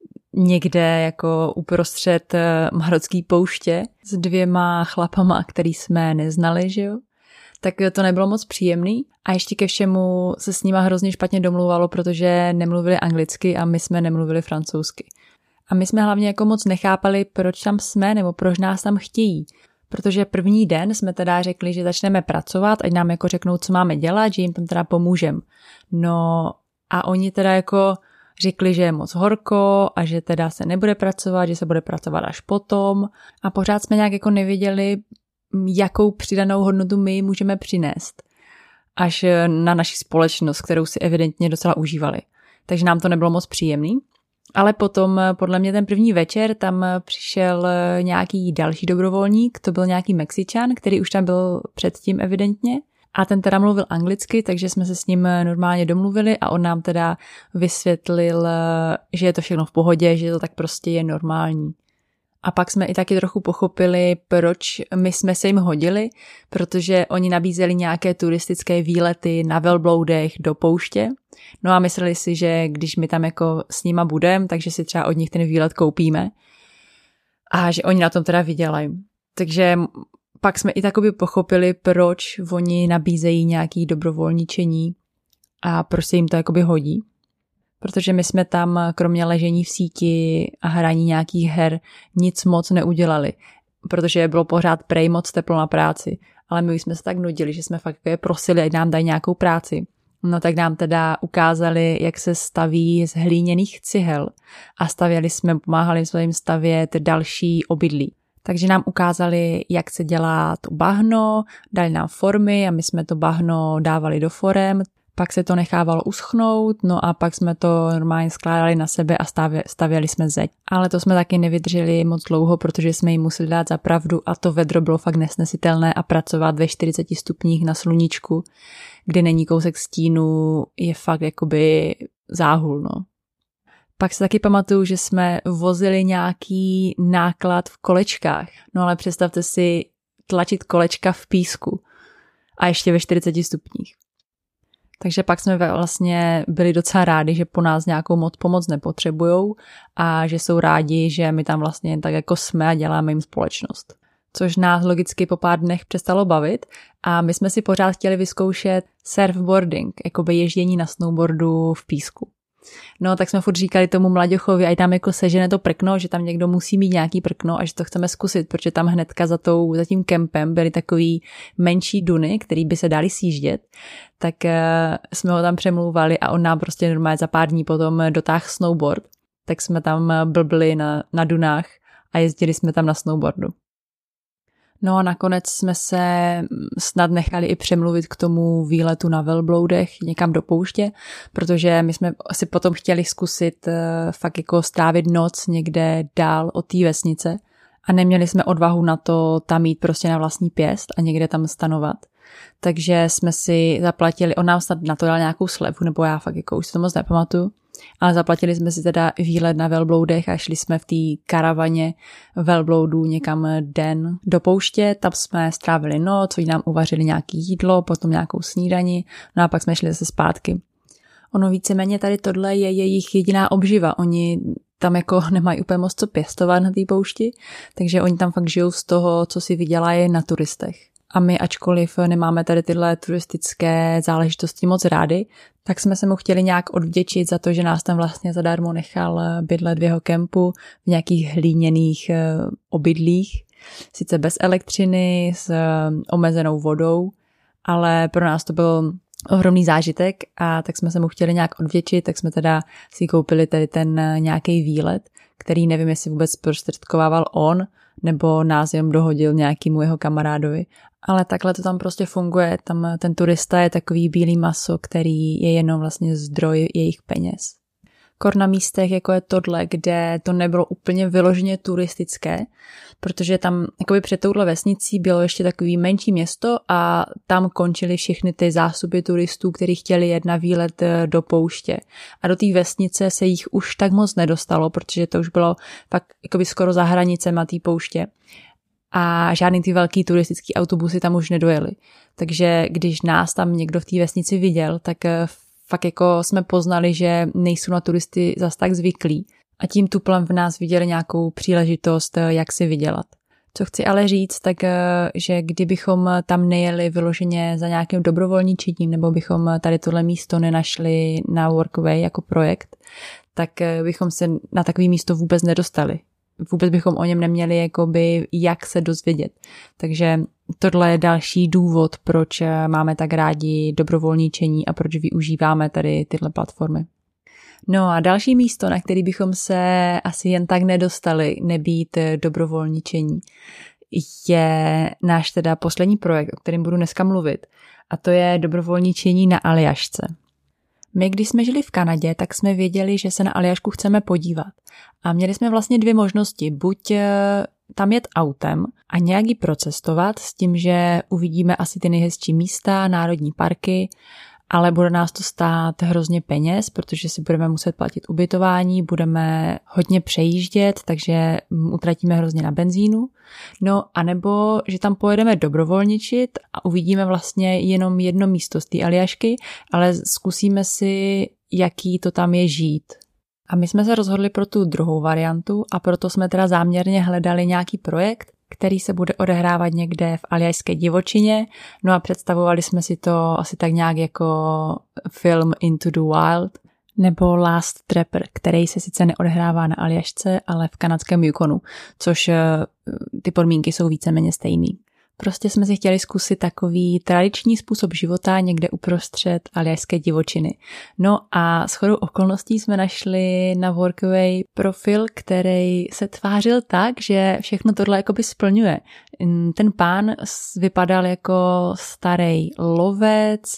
někde jako uprostřed marocký pouště s dvěma chlapama, který jsme neznali, že jo, tak to nebylo moc příjemný a ještě ke všemu se s nima hrozně špatně domluvalo, protože nemluvili anglicky a my jsme nemluvili francouzsky. A my jsme hlavně jako moc nechápali, proč tam jsme nebo proč nás tam chtějí. Protože první den jsme teda řekli, že začneme pracovat, ať nám jako řeknou, co máme dělat, že jim tam teda pomůžem. No a oni teda jako řekli, že je moc horko a že teda se nebude pracovat, že se bude pracovat až potom a pořád jsme nějak jako nevěděli, jakou přidanou hodnotu my můžeme přinést až na naši společnost, kterou si evidentně docela užívali. Takže nám to nebylo moc příjemný. Ale potom podle mě ten první večer tam přišel nějaký další dobrovolník, to byl nějaký Mexičan, který už tam byl předtím evidentně a ten teda mluvil anglicky, takže jsme se s ním normálně domluvili a on nám teda vysvětlil, že je to všechno v pohodě, že to tak prostě je normální. A pak jsme i taky trochu pochopili, proč my jsme se jim hodili, protože oni nabízeli nějaké turistické výlety na velbloudech do pouště. No a mysleli si, že když my tam jako s nima budeme, takže si třeba od nich ten výlet koupíme a že oni na tom teda vydělají. Takže pak jsme i takoby pochopili, proč oni nabízejí nějaký dobrovolničení a proč se jim to jakoby hodí. Protože my jsme tam kromě ležení v síti a hraní nějakých her nic moc neudělali, protože bylo pořád prej moc teplo na práci, ale my jsme se tak nudili, že jsme fakt prosili, ať nám dají nějakou práci. No tak nám teda ukázali, jak se staví z hlíněných cihel a stavěli jsme, pomáhali jsme jim stavět další obydlí. Takže nám ukázali, jak se dělá to bahno, dali nám formy a my jsme to bahno dávali do forem, pak se to nechávalo uschnout, no a pak jsme to normálně skládali na sebe a stavě, stavěli jsme zeď. Ale to jsme taky nevydrželi moc dlouho, protože jsme jim museli dát za pravdu a to vedro bylo fakt nesnesitelné a pracovat ve čtyřiceti stupních na sluníčku, kde není kousek stínu, je fakt jakoby záhul, no. Pak se taky pamatuju, že jsme vozili nějaký náklad v kolečkách, no ale představte si tlačit kolečka v písku a ještě ve čtyřiceti stupních. Takže pak jsme vlastně byli docela rádi, že po nás nějakou moc pomoc nepotřebujou a že jsou rádi, že my tam vlastně jen tak jako jsme a děláme jim společnost. Což nás logicky po pár dnech přestalo bavit a my jsme si pořád chtěli vyzkoušet surfboarding, jakoby ježdění na snowboardu v písku. No tak jsme furt říkali tomu mladěchovi, ať tam jako sežene to prkno, že tam někdo musí mít nějaký prkno a že to chceme zkusit, protože tam hnedka za, tou, za tím kempem byly takový menší duny, který by se dali sjíždět, tak uh, jsme ho tam přemlouvali a on nám prostě normálně za pár dní potom dotáhl snowboard, tak jsme tam blbli na, na dunách a jezdili jsme tam na snowboardu. No a nakonec jsme se snad nechali i přemluvit k tomu výletu na velbloudech někam do pouště, protože my jsme si potom chtěli zkusit fakt jako strávit noc někde dál od té vesnice a neměli jsme odvahu na to tam jít prostě na vlastní pěst a někde tam stanovat. Takže jsme si zaplatili, on nám snad na to dal nějakou slevu, nebo já fakt jako už si to moc nepamatuju, ale zaplatili jsme si teda výlet na velbloudech a šli jsme v té karavaně velbloudů někam den do pouště, tam jsme strávili noc, oni nám uvařili nějaké jídlo, potom nějakou snídani, no a pak jsme šli zase zpátky. Ono víceméně tady tohle je jejich jediná obživa, oni tam jako nemají úplně moc co pěstovat na té poušti, takže oni tam fakt žijou z toho, co si vydělají na turistech. A my, ačkoliv nemáme tady tyhle turistické záležitosti moc rády, tak jsme se mu chtěli nějak odvděčit za to, že nás tam vlastně zadarmo nechal bydlet v jeho kempu v nějakých hlíněných obydlích, sice bez elektřiny, s omezenou vodou, ale pro nás to byl ohromný zážitek a tak jsme se mu chtěli nějak odvděčit, tak jsme teda si koupili tady ten nějaký výlet, který nevím, jestli vůbec prostředkovával on, nebo nás jen dohodil nějakému jeho kamarádovi. Ale takhle to tam prostě funguje, tam ten turista je takový bílý maso, který je jenom vlastně zdroj jejich peněz. Kor na místech, jako je tohle, kde to nebylo úplně vyloženě turistické, protože tam jakoby před touhle vesnicí bylo ještě takový menší město a tam končily všechny ty zásoby turistů, kteří chtěli jet na výlet do pouště. A do té vesnice se jich už tak moc nedostalo, protože to už bylo fakt jakoby skoro za hranicema té pouště. A žádný ty velký turistický autobusy tam už nedojeli. Takže když nás tam někdo v té vesnici viděl, tak fakt jako jsme poznali, že nejsou na turisty zas tak zvyklí. A tím tuplem v nás viděli nějakou příležitost, jak si vydělat. Co chci ale říct, tak že kdybychom tam nejeli vyloženě za nějakým dobrovolničením, nebo bychom tady tohle místo nenašli na Workaway jako projekt, tak bychom se na takové místo vůbec nedostali. Vůbec bychom o něm neměli jakoby jak se dozvědět. Takže tohle je další důvod, proč máme tak rádi dobrovolničení a proč využíváme tady tyhle platformy. No a další místo, na který bychom se asi jen tak nedostali, nebýt dobrovolničení, je náš teda poslední projekt, o kterém budu dneska mluvit. A to je dobrovolničení na Aljašce. My, když jsme žili v Kanadě, tak jsme věděli, že se na Aljašku chceme podívat. A měli jsme vlastně dvě možnosti. Buď tam jet autem a nějak ji procestovat s tím, že uvidíme asi ty nejhezčí místa, národní parky, ale bude nás to stát hrozně peněz, protože si budeme muset platit ubytování, budeme hodně přejíždět, takže utratíme hrozně na benzínu. No a nebo, že tam pojedeme dobrovolničit a uvidíme vlastně jenom jedno místo z té Aljašky, ale zkusíme si, jaký to tam je žít. A my jsme se rozhodli pro tu druhou variantu a proto jsme teda záměrně hledali nějaký projekt, který se bude odehrávat někde v aljašské divočině, no a představovali jsme si to asi tak nějak jako film Into the Wild nebo Last Trapper, který se sice neodehrává na Aljašce, ale v kanadském Yukonu, což ty podmínky jsou víceméně stejný. Prostě jsme si chtěli zkusit takový tradiční způsob života někde uprostřed aljašské divočiny. No a shodou okolností jsme našli na Workaway profil, který se tvářil tak, že všechno tohle jakoby splňuje. Ten pán vypadal jako starý lovec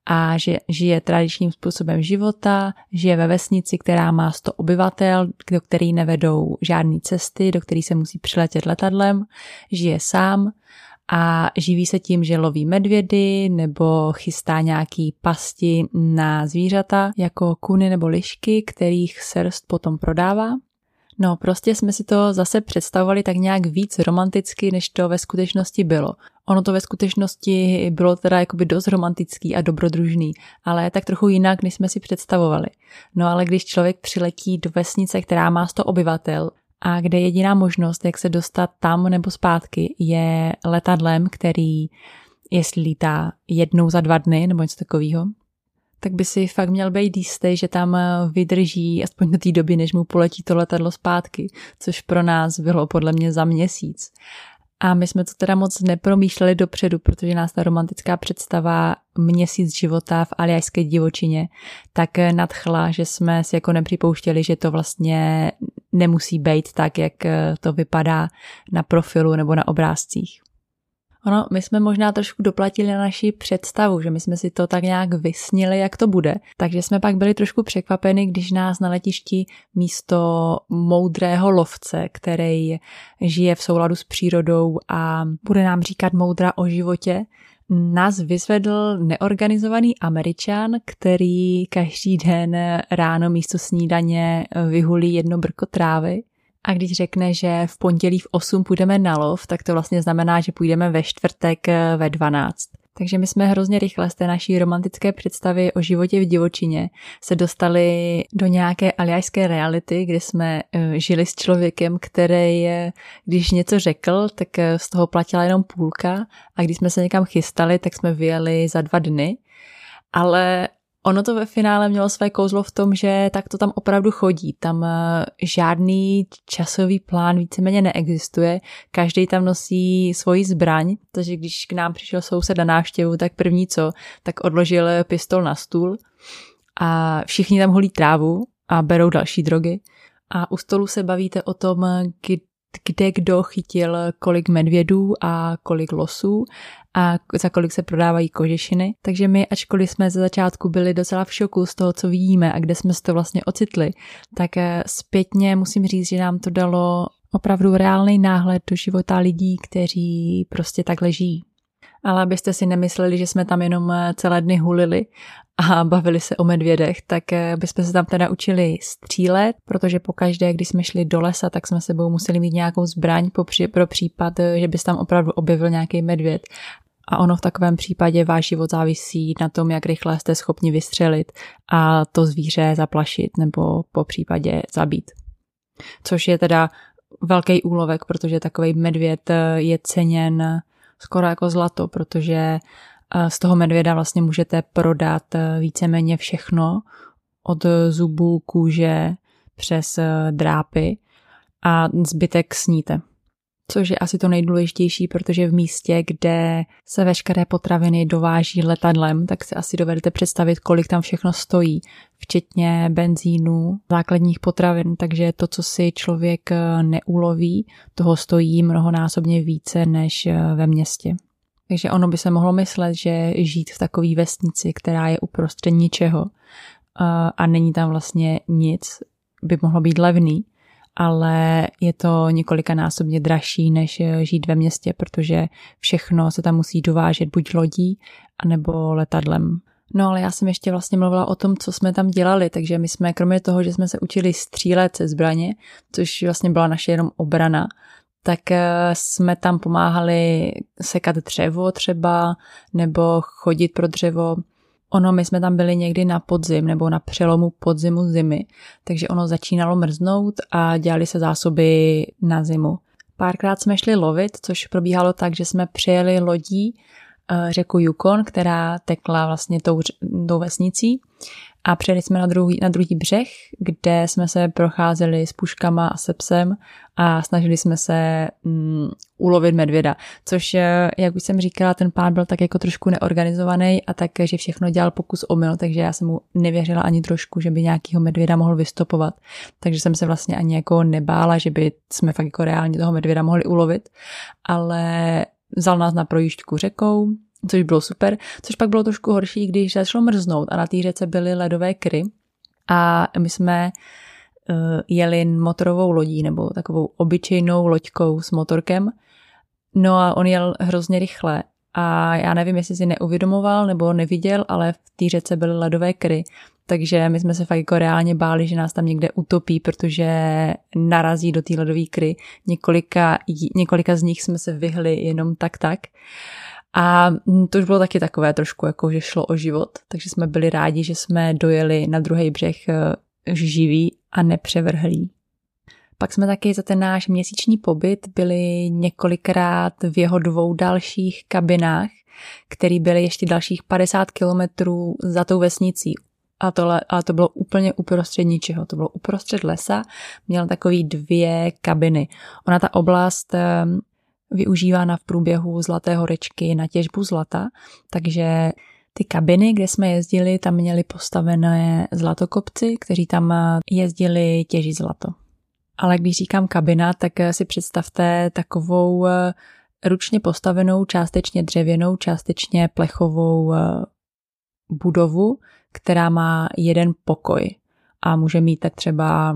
a že žije tradičním způsobem života, žije ve vesnici, která má sto obyvatel, do který nevedou žádné cesty, do který se musí přiletět letadlem, žije sám a živí se tím, že loví medvědy nebo chystá nějaký pasti na zvířata jako kuny nebo lišky, kterých srst potom prodává. No prostě jsme si to zase představovali tak nějak víc romanticky, než to ve skutečnosti bylo. Ono to ve skutečnosti bylo teda jakoby dost romantický a dobrodružný, ale tak trochu jinak, než jsme si představovali. No ale když člověk přiletí do vesnice, která má sto obyvatel, a kde jediná možnost, jak se dostat tam nebo zpátky, je letadlem, který, jestli lítá jednou za dva dny nebo něco takového, tak by si fakt měl být jistý, že tam vydrží aspoň do té doby, než mu poletí to letadlo zpátky, což pro nás bylo podle mě za měsíc. A my jsme to teda moc nepromýšleli dopředu, protože nás ta romantická představa měsíc života v aljašské divočině tak nadchla, že jsme si jako nepřipouštěli, že to vlastně nemusí být tak, jak to vypadá na profilu nebo na obrázcích. Ono, my jsme možná trošku doplatili na naši představu, že my jsme si to tak nějak vysnili, jak to bude. Takže jsme pak byli trošku překvapeni, když nás na letišti místo moudrého lovce, který žije v souladu s přírodou a bude nám říkat moudra o životě, nás vyzvedl neorganizovaný Američan, který každý den ráno místo snídaně vyhulí jedno brko trávy. A když řekne, že v pondělí v osm půjdeme na lov, tak to vlastně znamená, že půjdeme ve čtvrtek ve dvanáct. Takže my jsme hrozně rychle z té naší romantické představy o životě v divočině se dostali do nějaké aljašské reality, kde jsme žili s člověkem, který, když něco řekl, tak z toho platila jenom půlka a když jsme se někam chystali, tak jsme vyjeli za dva dny. Ale ono to ve finále mělo své kouzlo v tom, že tak to tam opravdu chodí. Tam žádný časový plán víceméně neexistuje. Každý tam nosí svoji zbraň, takže když k nám přišel soused na návštěvu, tak první co, tak odložil pistol na stůl a všichni tam holí trávu a berou další drogy. A u stolu se bavíte o tom, kde kdo chytil kolik medvědů a kolik losů a za kolik se prodávají kožešiny. Takže my, ačkoliv jsme ze začátku byli docela v šoku z toho, co vidíme a kde jsme se to vlastně ocitli, tak zpětně musím říct, že nám to dalo opravdu reálný náhled do života lidí, kteří prostě takhle žijí. Ale abyste si nemysleli, že jsme tam jenom celé dny hulili a bavili se o medvědech, tak bychom se tam teda učili střílet, protože pokaždé, když jsme šli do lesa, tak jsme sebou museli mít nějakou zbraň pro případ, že by se tam opravdu objevil nějaký medvěd. A ono v takovém případě váš život závisí na tom, jak rychle jste schopni vystřelit a to zvíře zaplašit nebo po případě zabít. Což je teda velký úlovek, protože takovej medvěd je ceněn skoro jako zlato, protože z toho medvěda vlastně můžete prodat víceméně všechno od zubů, kůže přes drápy a zbytek sníte. Což je asi to nejdůležitější, protože v místě, kde se veškeré potraviny dováží letadlem, tak si asi dovedete představit, kolik tam všechno stojí, včetně benzínu, základních potravin, takže to, co si člověk neuloví, toho stojí mnohonásobně více než ve městě. Takže ono by se mohlo myslet, že žít v takové vesnici, která je uprostřed ničeho a není tam vlastně nic, by mohlo být levný, ale je to několikanásobně dražší, než žít ve městě, protože všechno se tam musí dovážet buď lodí, anebo letadlem. No ale já jsem ještě vlastně mluvila o tom, co jsme tam dělali, takže my jsme kromě toho, že jsme se učili střílet se zbraně, což vlastně byla naše jenom obrana, tak jsme tam pomáhali sekat dřevo třeba, nebo chodit pro dřevo. Ono, my jsme tam byli někdy na podzim nebo na přelomu podzimu zimy, takže ono začínalo mrznout a dělali se zásoby na zimu. Párkrát jsme šli lovit, což probíhalo tak, že jsme přijeli lodí řeku Yukon, která tekla vlastně tou, tou vesnicí a přijeli jsme na druhý, na druhý břeh, kde jsme se procházeli s puškama a se psem a snažili jsme se mm, ulovit medvěda, což, jak už jsem říkala, ten pán byl tak jako trošku neorganizovaný a tak, že všechno dělal pokus omyl, takže já jsem mu nevěřila ani trošku, že by nějakýho medvěda mohl vystopovat, takže jsem se vlastně ani jako nebála, že by jsme fakt jako reálně toho medvěda mohli ulovit, ale vzal nás na projížďku řekou, což bylo super, což pak bylo trošku horší, když začalo mrznout a na té řece byly ledové kry a my jsme uh, jeli motorovou lodí nebo takovou obyčejnou loďkou s motorkem, no a on jel hrozně rychle a já nevím, jestli si neuvědomoval nebo neviděl, ale v té řece byly ledové kry, takže my jsme se fakt jako reálně báli, že nás tam někde utopí, protože narazí do té ledové kry. Několika, několika z nich jsme se vyhli jenom tak tak. A to už bylo taky takové trošku, jako že šlo o život, takže jsme byli rádi, že jsme dojeli na druhý břeh živí a nepřevrhlí. Pak jsme taky za ten náš měsíční pobyt byli několikrát v jeho dvou dalších kabinách, které byly ještě dalších padesát kilometrů za tou vesnicí. A to, ale to bylo úplně uprostřed ničeho. To bylo uprostřed lesa, měl takový dvě kabiny. Ona ta oblast využívána v průběhu Zlaté horečky na těžbu zlata, takže ty kabiny, kde jsme jezdili, tam měli postavené zlatokopci, kteří tam jezdili těžit zlato. Ale když říkám kabina, tak si představte takovou ručně postavenou, částečně dřevěnou, částečně plechovou budovu, která má jeden pokoj a může mít tak třeba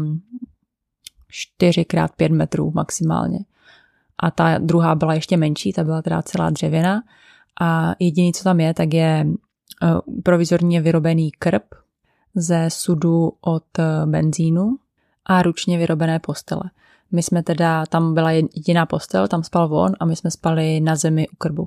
čtyři krát pět metrů maximálně. A ta druhá byla ještě menší, ta byla teda celá dřevěná a jediný, co tam je, tak je provizorně vyrobený krb ze sudu od benzínu a ručně vyrobené postele. My jsme teda, tam byla jediná postel, tam spal on a my jsme spali na zemi u krbu.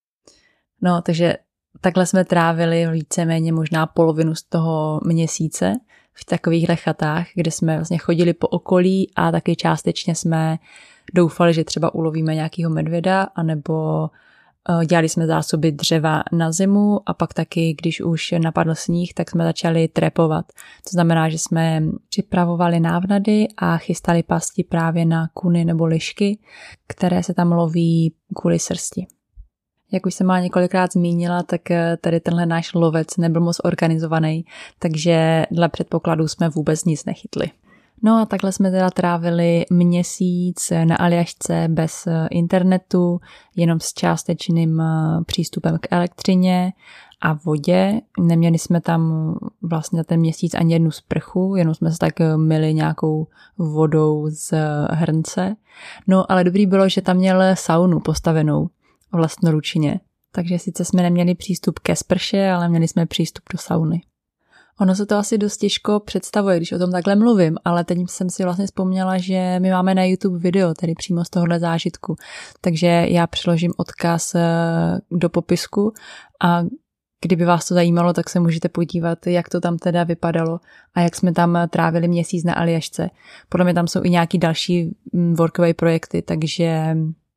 No, takže takhle jsme trávili víceméně možná polovinu z toho měsíce v takovýchhle chatách, kde jsme vlastně chodili po okolí a taky částečně jsme doufali, že třeba ulovíme nějakého medvěda, anebo dělali jsme zásoby dřeva na zimu a pak taky, když už napadl sníh, tak jsme začali trepovat. To znamená, že jsme připravovali návnady a chystali pasti právě na kuny nebo lišky, které se tam loví kvůli srsti. Jak už jsem má několikrát zmínila, tak tady tenhle náš lovec nebyl moc organizovaný, takže dle předpokladů jsme vůbec nic nechytli. No a takhle jsme teda trávili měsíc na Aljašce bez internetu, jenom s částečným přístupem k elektřině a vodě. Neměli jsme tam vlastně ten měsíc ani jednu sprchu, jenom jsme se tak myli nějakou vodou z hrnce. No ale dobrý bylo, že tam měl saunu postavenou vlastnoručně. Takže sice jsme neměli přístup ke sprše, ale měli jsme přístup do sauny. Ono se to asi dost těžko představuje, když o tom takhle mluvím, ale teď jsem si vlastně vzpomněla, že my máme na YouTube video, tedy přímo z tohohle zážitku. Takže já přiložím odkaz do popisku a kdyby vás to zajímalo, tak se můžete podívat, jak to tam teda vypadalo a jak jsme tam trávili měsíc na Aljašce. Podle mě tam jsou i nějaký další workaway projekty, takže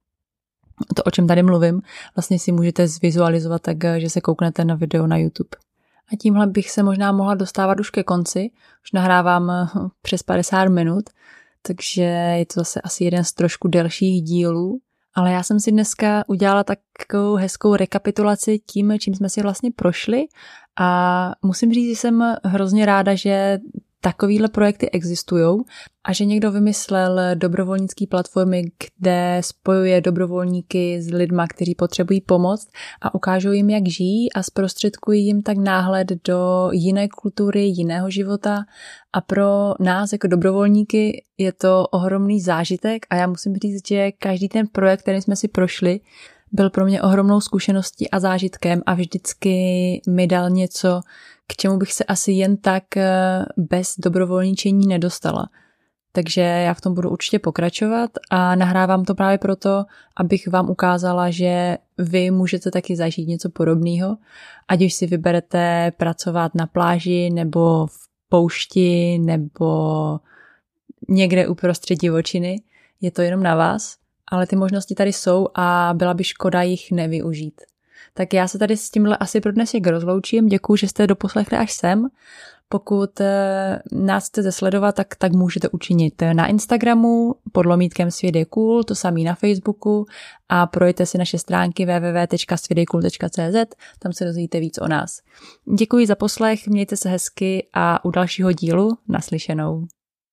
to, o čem tady mluvím, vlastně si můžete zvizualizovat tak, že se kouknete na video na YouTube. A tímhle bych se možná mohla dostávat už ke konci. Už nahrávám přes padesát minut, takže je to zase asi jeden z trošku delších dílů. Ale já jsem si dneska udělala takovou hezkou rekapitulaci tím, čím jsme si vlastně prošli a musím říct, že jsem hrozně ráda, že takovýhle projekty existují a že někdo vymyslel dobrovolnické platformy, kde spojuje dobrovolníky s lidma, kteří potřebují pomoc a ukážou jim, jak žijí a zprostředkují jim tak náhled do jiné kultury, jiného života a pro nás jako dobrovolníky je to ohromný zážitek a já musím říct, že každý ten projekt, který jsme si prošli, byl pro mě ohromnou zkušeností a zážitkem a vždycky mi dal něco, k čemu bych se asi jen tak bez dobrovolničení nedostala. Takže já v tom budu určitě pokračovat a nahrávám to právě proto, abych vám ukázala, že vy můžete taky zažít něco podobného, ať už si vyberete pracovat na pláži nebo v poušti nebo někde uprostřed divočiny. Je to jenom na vás, ale ty možnosti tady jsou a byla by škoda jich nevyužít. Tak já se tady s tímhle asi pro dnešek rozloučím. Děkuju, že jste doposlechli až sem. Pokud nás chcete sledovat, tak, tak můžete učinit na Instagramu pod lomítkem Svět je cool, to samý na Facebooku a projďte si naše stránky w w w tečka svět je cool tečka c z, tam se dozvíte víc o nás. Děkuji za poslech, mějte se hezky a u dalšího dílu naslyšenou.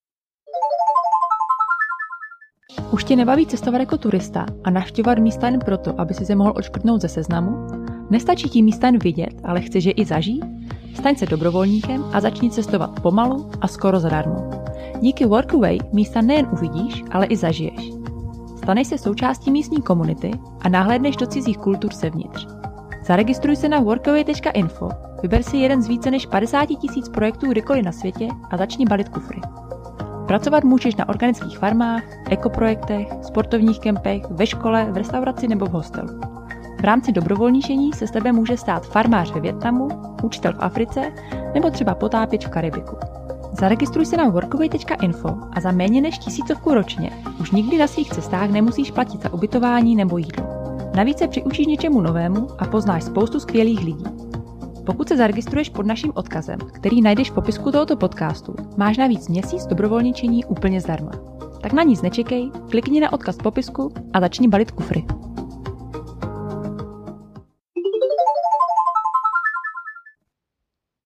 Už tě nebaví cestovat jako turista a navštěvovat místa jen proto, aby si se mohl odškrtnout ze seznamu? Nestačí ti místa jen vidět, ale chceš je i zažít? Staň se dobrovolníkem a začni cestovat pomalu a skoro zadarmo. Díky Workaway místa nejen uvidíš, ale i zažiješ. Staneš se součástí místní komunity a nahlédneš do cizích kultur zevnitř. Zaregistruj se na workaway tečka info, vyber si jeden z více než padesát tisíc projektů kdekoliv na světě a začni balit kufry. Pracovat můžeš na organických farmách, ekoprojektech, sportovních kempech, ve škole, v restauraci nebo v hostelu. V rámci dobrovolničení se s tebe může stát farmář ve Vietnamu, učitel v Africe nebo třeba potápěč v Karibiku. Zaregistruj se na workaway tečka info a za méně než tisícovku ročně už nikdy na svých cestách nemusíš platit za ubytování nebo jídlo. Navíc se přiučíš něčemu novému a poznáš spoustu skvělých lidí. Pokud se zaregistruješ pod naším odkazem, který najdeš v popisku tohoto podcastu, máš navíc měsíc dobrovolničení úplně zdarma. Tak na nic nečekej, klikni na odkaz v popisku a začni balit kufry.